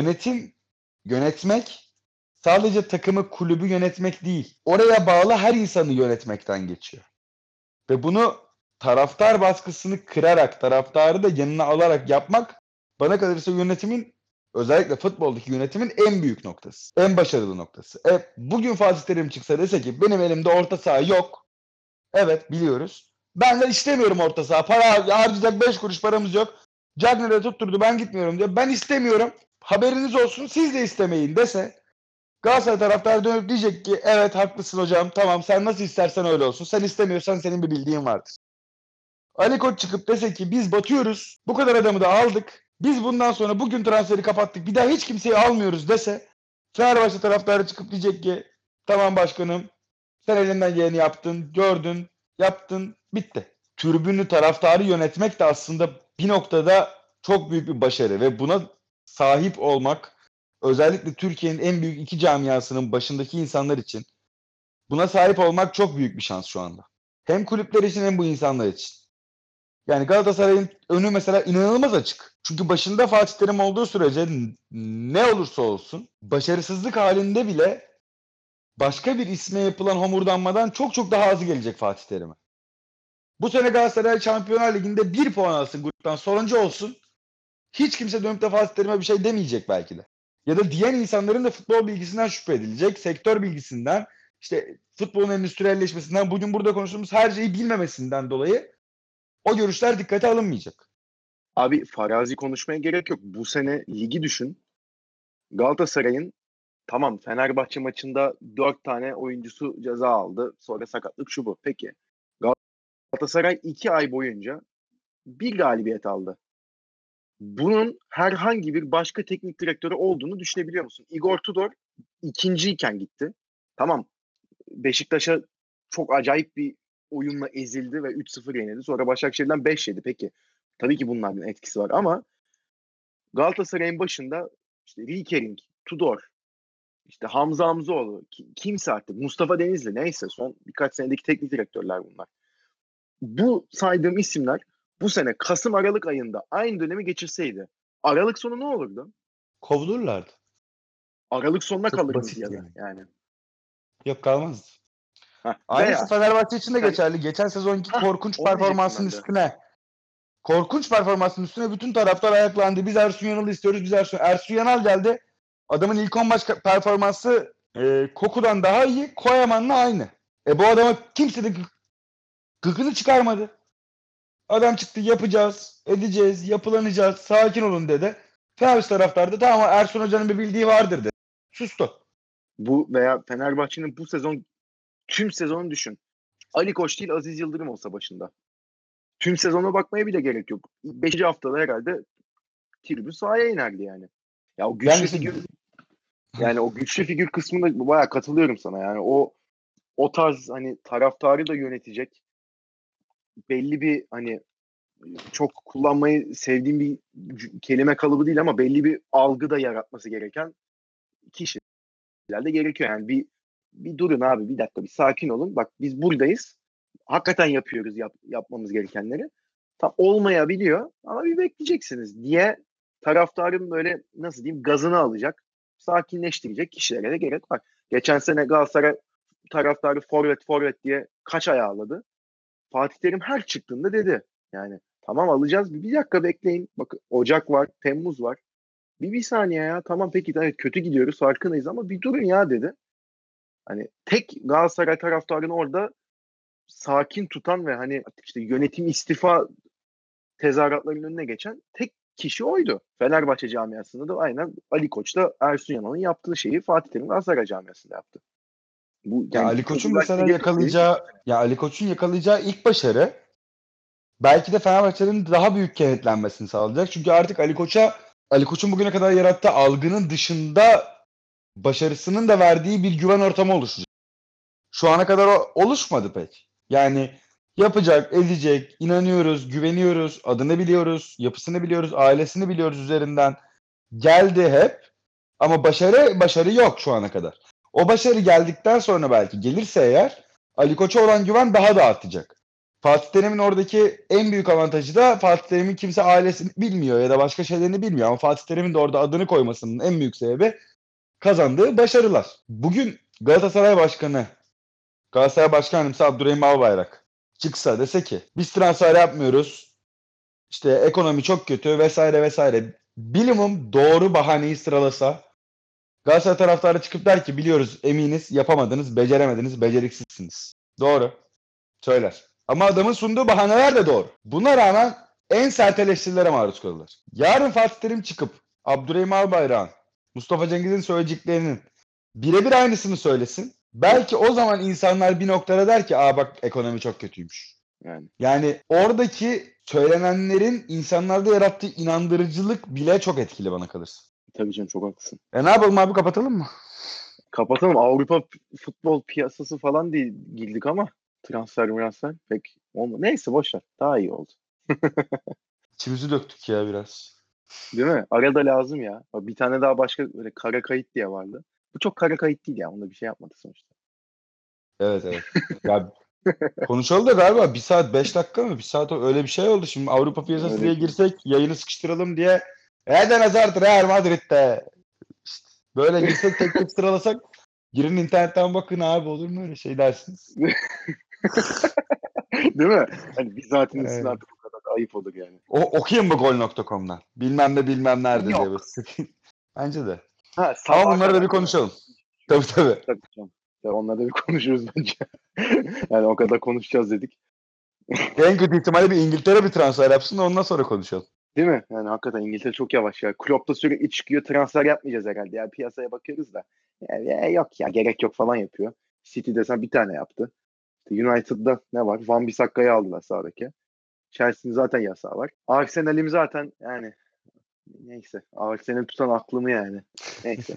Yönetmek sadece takımı, kulübü yönetmek değil. Oraya bağlı her insanı yönetmekten geçiyor. Ve bunu taraftar baskısını kırarak, taraftarı da yanına alarak yapmak bana kalırsa yönetimin, özellikle futboldaki yönetimin en büyük noktası. En başarılı noktası. Bugün Fatih Terim çıksa dese ki benim elimde orta saha yok. Evet biliyoruz. Ben de istemiyorum orta saha. Para harcayacak 5 kuruş paramız yok. Cagney'e tutturdu ben gitmiyorum diyor. Ben istemiyorum. Haberiniz olsun siz de istemeyin dese Galatasaray taraftarı dönüp diyecek ki evet haklısın hocam tamam sen nasıl istersen öyle olsun. Sen istemiyorsan senin bir bildiğin vardır. Ali Koç çıkıp dese ki biz batıyoruz. Bu kadar adamı da aldık. Biz bundan sonra bugün transferi kapattık. Bir daha hiç kimseyi almıyoruz dese Fenerbahçe taraftarı çıkıp diyecek ki tamam başkanım sen elinden geleni yaptın, gördün, yaptın, bitti. tribünü, taraftarı yönetmek de aslında bir noktada çok büyük bir başarı ve buna sahip olmak özellikle Türkiye'nin en büyük iki camiasının başındaki insanlar için buna sahip olmak çok büyük bir şans şu anda. Hem kulüpler için hem bu insanlar için. Yani Galatasaray'ın önü mesela inanılmaz açık. Çünkü başında Fatih Terim olduğu sürece ne olursa olsun başarısızlık halinde bile başka bir isme yapılan homurdanmadan çok çok daha azı gelecek Fatih Terim'e. Bu sene Galatasaray Şampiyonlar Ligi'nde 1 puan alsın, gruptan sonuncu olsun. Hiç kimse dönüp de Fatih Terim'e bir şey demeyecek belki de. Ya da diyen insanların da futbol bilgisinden şüphe edilecek. Sektör bilgisinden, işte futbolun endüstriyelleşmesinden, bugün burada konuştuğumuz her şeyi bilmemesinden dolayı o görüşler dikkate alınmayacak. Abi farazi konuşmaya gerek yok. Bu sene ligi düşün. Galatasaray'ın tamam Fenerbahçe maçında 4 tane oyuncusu ceza aldı. Sonra sakatlık şu bu. Peki. Galatasaray 2 ay boyunca bir galibiyet aldı. Bunun herhangi bir başka teknik direktörü olduğunu düşünebiliyor musun? Igor Tudor ikinciyken gitti. Tamam. Beşiktaş'a çok acayip bir oyunla ezildi ve 3-0 yenildi. Sonra Başakşehir'den 5 yedi. Peki. Tabii ki bunların etkisi var ama Galatasaray'ın başında işte Riekering, Tudor, işte Hamza Hamzoğlu, kimse artık Mustafa Denizli neyse son birkaç senedeki teknik direktörler bunlar. Bu saydığım isimler bu sene Kasım Aralık ayında aynı dönemi geçirseydi Aralık sonu ne olurdu? Kovulurlardı. Aralık sonuna Çok kalır mıydı basit ya da yani. yani. Yok, kalmazdı. Aynısı Veya Fenerbahçe için de sen geçerli. Geçen sezonki korkunç onu diyecektim performansın ben de. üstüne bütün taraftar ayaklandı. Biz Ersun Yanal'ı istiyoruz. Ersun Yanal geldi. Adamın ilk 10 maç performansı Koku'dan daha iyi. Koyaman'la aynı. Bu adama kimse de gıkını çıkarmadı. Adam çıktı, yapacağız, edeceğiz, yapılanacağız, sakin olun dedi. Fenerbahçe taraftarı da tamam, Ersun Hoca'nın bir bildiği vardır dedi. Sustu. Bu veya Fenerbahçe'nin bu sezon tüm sezonu düşün. Ali Koç değil Aziz Yıldırım olsa başında. Tüm sezona bakmaya bile gerek yok. 5. haftada herhalde tribün sahaya inerdi yani. Ya o Yani güçlü işte figür yani o güçlü figür kısmında bayağı katılıyorum sana yani. O tarz hani taraftarı da yönetecek belli bir hani çok kullanmayı sevdiğim bir kelime kalıbı değil ama belli bir algı da yaratması gereken kişiler de gerekiyor. Yani bir durun abi bir dakika bir sakin olun. Bak biz buradayız. Hakikaten yapıyoruz yapmamız gerekenleri. Tam olmayabiliyor ama bir bekleyeceksiniz diye taraftarın böyle nasıl diyeyim gazını alacak, sakinleştirecek kişilere de gerek var. Geçen sene Galatasaray taraftarı forvet diye kaç ay ağladı. Fatih Terim her çıktığında dedi. Yani tamam alacağız. Bir dakika bekleyin. Bak Ocak var, Temmuz var. Bir saniye ya. Tamam peki evet kötü gidiyoruz farkındayız ama bir durun ya dedi. Hani tek Galatasaray taraftarını orada sakin tutan ve hani işte yönetim istifa tezahüratlarının önüne geçen tek kişi oydu. Fenerbahçe camiasında da aynen Ali Koç'ta Ersun Yanal'ın yaptığı şeyi Fatih Terim Galatasaray camiasında yaptı. Bu ya yani Ali Koç'un üniversite mesela getirdiği yakalayacağı ilk başarı belki de Fenerbahçe'nin daha büyük kenetlenmesini sağlayacak. Çünkü artık Ali Koç'un bugüne kadar yarattığı algının dışında başarısının da verdiği bir güven ortamı oluşacak. Şu ana kadar o oluşmadı pek. Yani yapacak, edecek, inanıyoruz, güveniyoruz, adını biliyoruz, yapısını biliyoruz, ailesini biliyoruz üzerinden geldi hep. Ama başarı yok şu ana kadar. O başarı geldikten sonra belki gelirse eğer Ali Koç'a olan güven daha da artacak. Fatih Terim'in oradaki en büyük avantajı da Fatih Terim'in kimse ailesini bilmiyor ya da başka şeylerini bilmiyor. Ama Fatih Terim'in de orada adını koymasının en büyük sebebi kazandığı başarılar. Bugün Galatasaray Başkan Yardımcısı Abdurrahim Albayrak çıksa dese ki biz transfer yapmıyoruz. İşte ekonomi çok kötü vesaire vesaire. Bilimum doğru bahaneyi sıralasa Galatasaray taraftarı çıkıp der ki biliyoruz, eminiz, yapamadınız, beceremediniz, beceriksizsiniz. Doğru. Söyler. Ama adamın sunduğu bahaneler de doğru. Buna rağmen en sert eleştirilere maruz kalırlar. Yarın Fatih Terim çıkıp Abdurrahim Albayrak'ın, Mustafa Cengiz'in söyleyeceklerinin birebir aynısını söylesin. Belki o zaman insanlar bir noktada der ki bak ekonomi çok kötüymüş. yani. Yani oradaki söylenenlerin insanlarda yarattığı inandırıcılık bile çok etkili bana kalırsa. Tabii canım çok haklısın. Ne yapalım abi, kapatalım mı? Kapatalım. Avrupa futbol piyasası falan diye girdik ama transfer pek olmadı. Neyse boşver. Daha iyi oldu. İçimizi döktük ya biraz. Değil mi? Arada lazım ya. Bak, bir tane daha başka böyle kara kayıt diye vardı. Bu çok kara kayıt değil ya. Onda bir şey yapmadı sonuçta. Evet. Ya konuşalım da galiba 1 saat 5 dakika mı? 1 saat öyle bir şey oldu. Şimdi Avrupa piyasası Öyle diye bir şey. girsek yayını sıkıştıralım diye. Eden Hazard Real Madrid'de. İşte böyle girsek tek tek sıralasak girin internetten bakın abi olur mu öyle şey dersiniz. Değil mi? Hani bir saatin üstüne Evet. artık bu kadar ayıp olur yani. Okuyun mu gol.com'dan? Bilmem ne bilmem nerede diye. Yok. Böyle. Bence de. Ha, Ama sabaha bunları da kadar bir değil mi? konuşalım. Tabii tabii. Tabii canım. Ya onları da bir konuşuruz bence. Yani o kadar konuşacağız dedik. En kötü ihtimalle bir İngiltere bir transfer yapsın da ondan sonra konuşalım. Değil mi? Yani hakikaten İngiltere çok yavaş ya. Klopp da sürekli çıkıyor, transfer yapmayacağız herhalde. Yani piyasaya bakıyoruz da. Yok ya, gerek yok falan yapıyor. City desen bir tane yaptı. İşte United'da ne var? Van Bissakka'yı aldılar sağdaki. Chelsea'nin zaten yasağı var. Arsenal'im zaten yani neyse. Arsenal tutan aklımı yani. Neyse.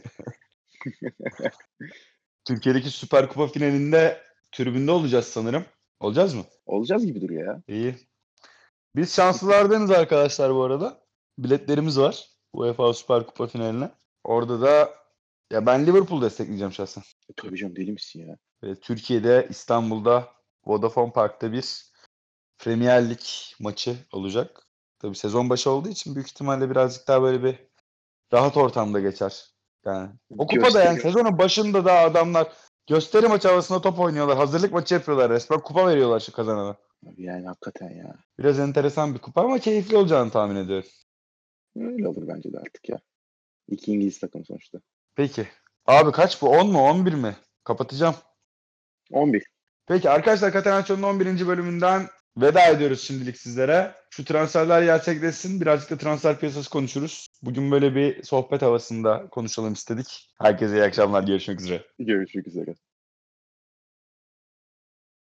Türkiye'deki Süper Kupa finalinde tribünde olacağız sanırım. Olacağız mı? Olacağız gibi duruyor ya. İyi. Biz şanslılardanız arkadaşlar bu arada. Biletlerimiz var UEFA Süper Kupa finaline. Orada da ya ben Liverpool destekleyeceğim şahsen. Tabii canım, deli misin ya? Türkiye'de İstanbul'da Vodafone Park'ta bir Premier Lig maçı olacak. Tabii sezon başı olduğu için büyük ihtimalle birazcık daha böyle bir rahat ortamda geçer. Yani o kupada yani Gösteri. sezonun başında da adamlar gösteri maçı havasında top oynuyorlar. Hazırlık maçı yapıyorlar resmen. Kupa veriyorlar şu kazanana. Yani hakikaten ya. Biraz enteresan bir kupa ama keyifli olacağını tahmin ediyorum. Öyle olur bence de artık ya. İki İngiliz takım sonuçta. Peki. Abi kaç bu? 10 mu? 11 mi? Kapatacağım. 11. Peki arkadaşlar Catenaccio'nun 11. bölümünden veda ediyoruz şimdilik sizlere. Şu transferler gerçekleşsin. Birazcık da transfer piyasası konuşuruz. Bugün böyle bir sohbet havasında konuşalım istedik. Herkese iyi akşamlar. Görüşmek üzere. Görüşmek üzere.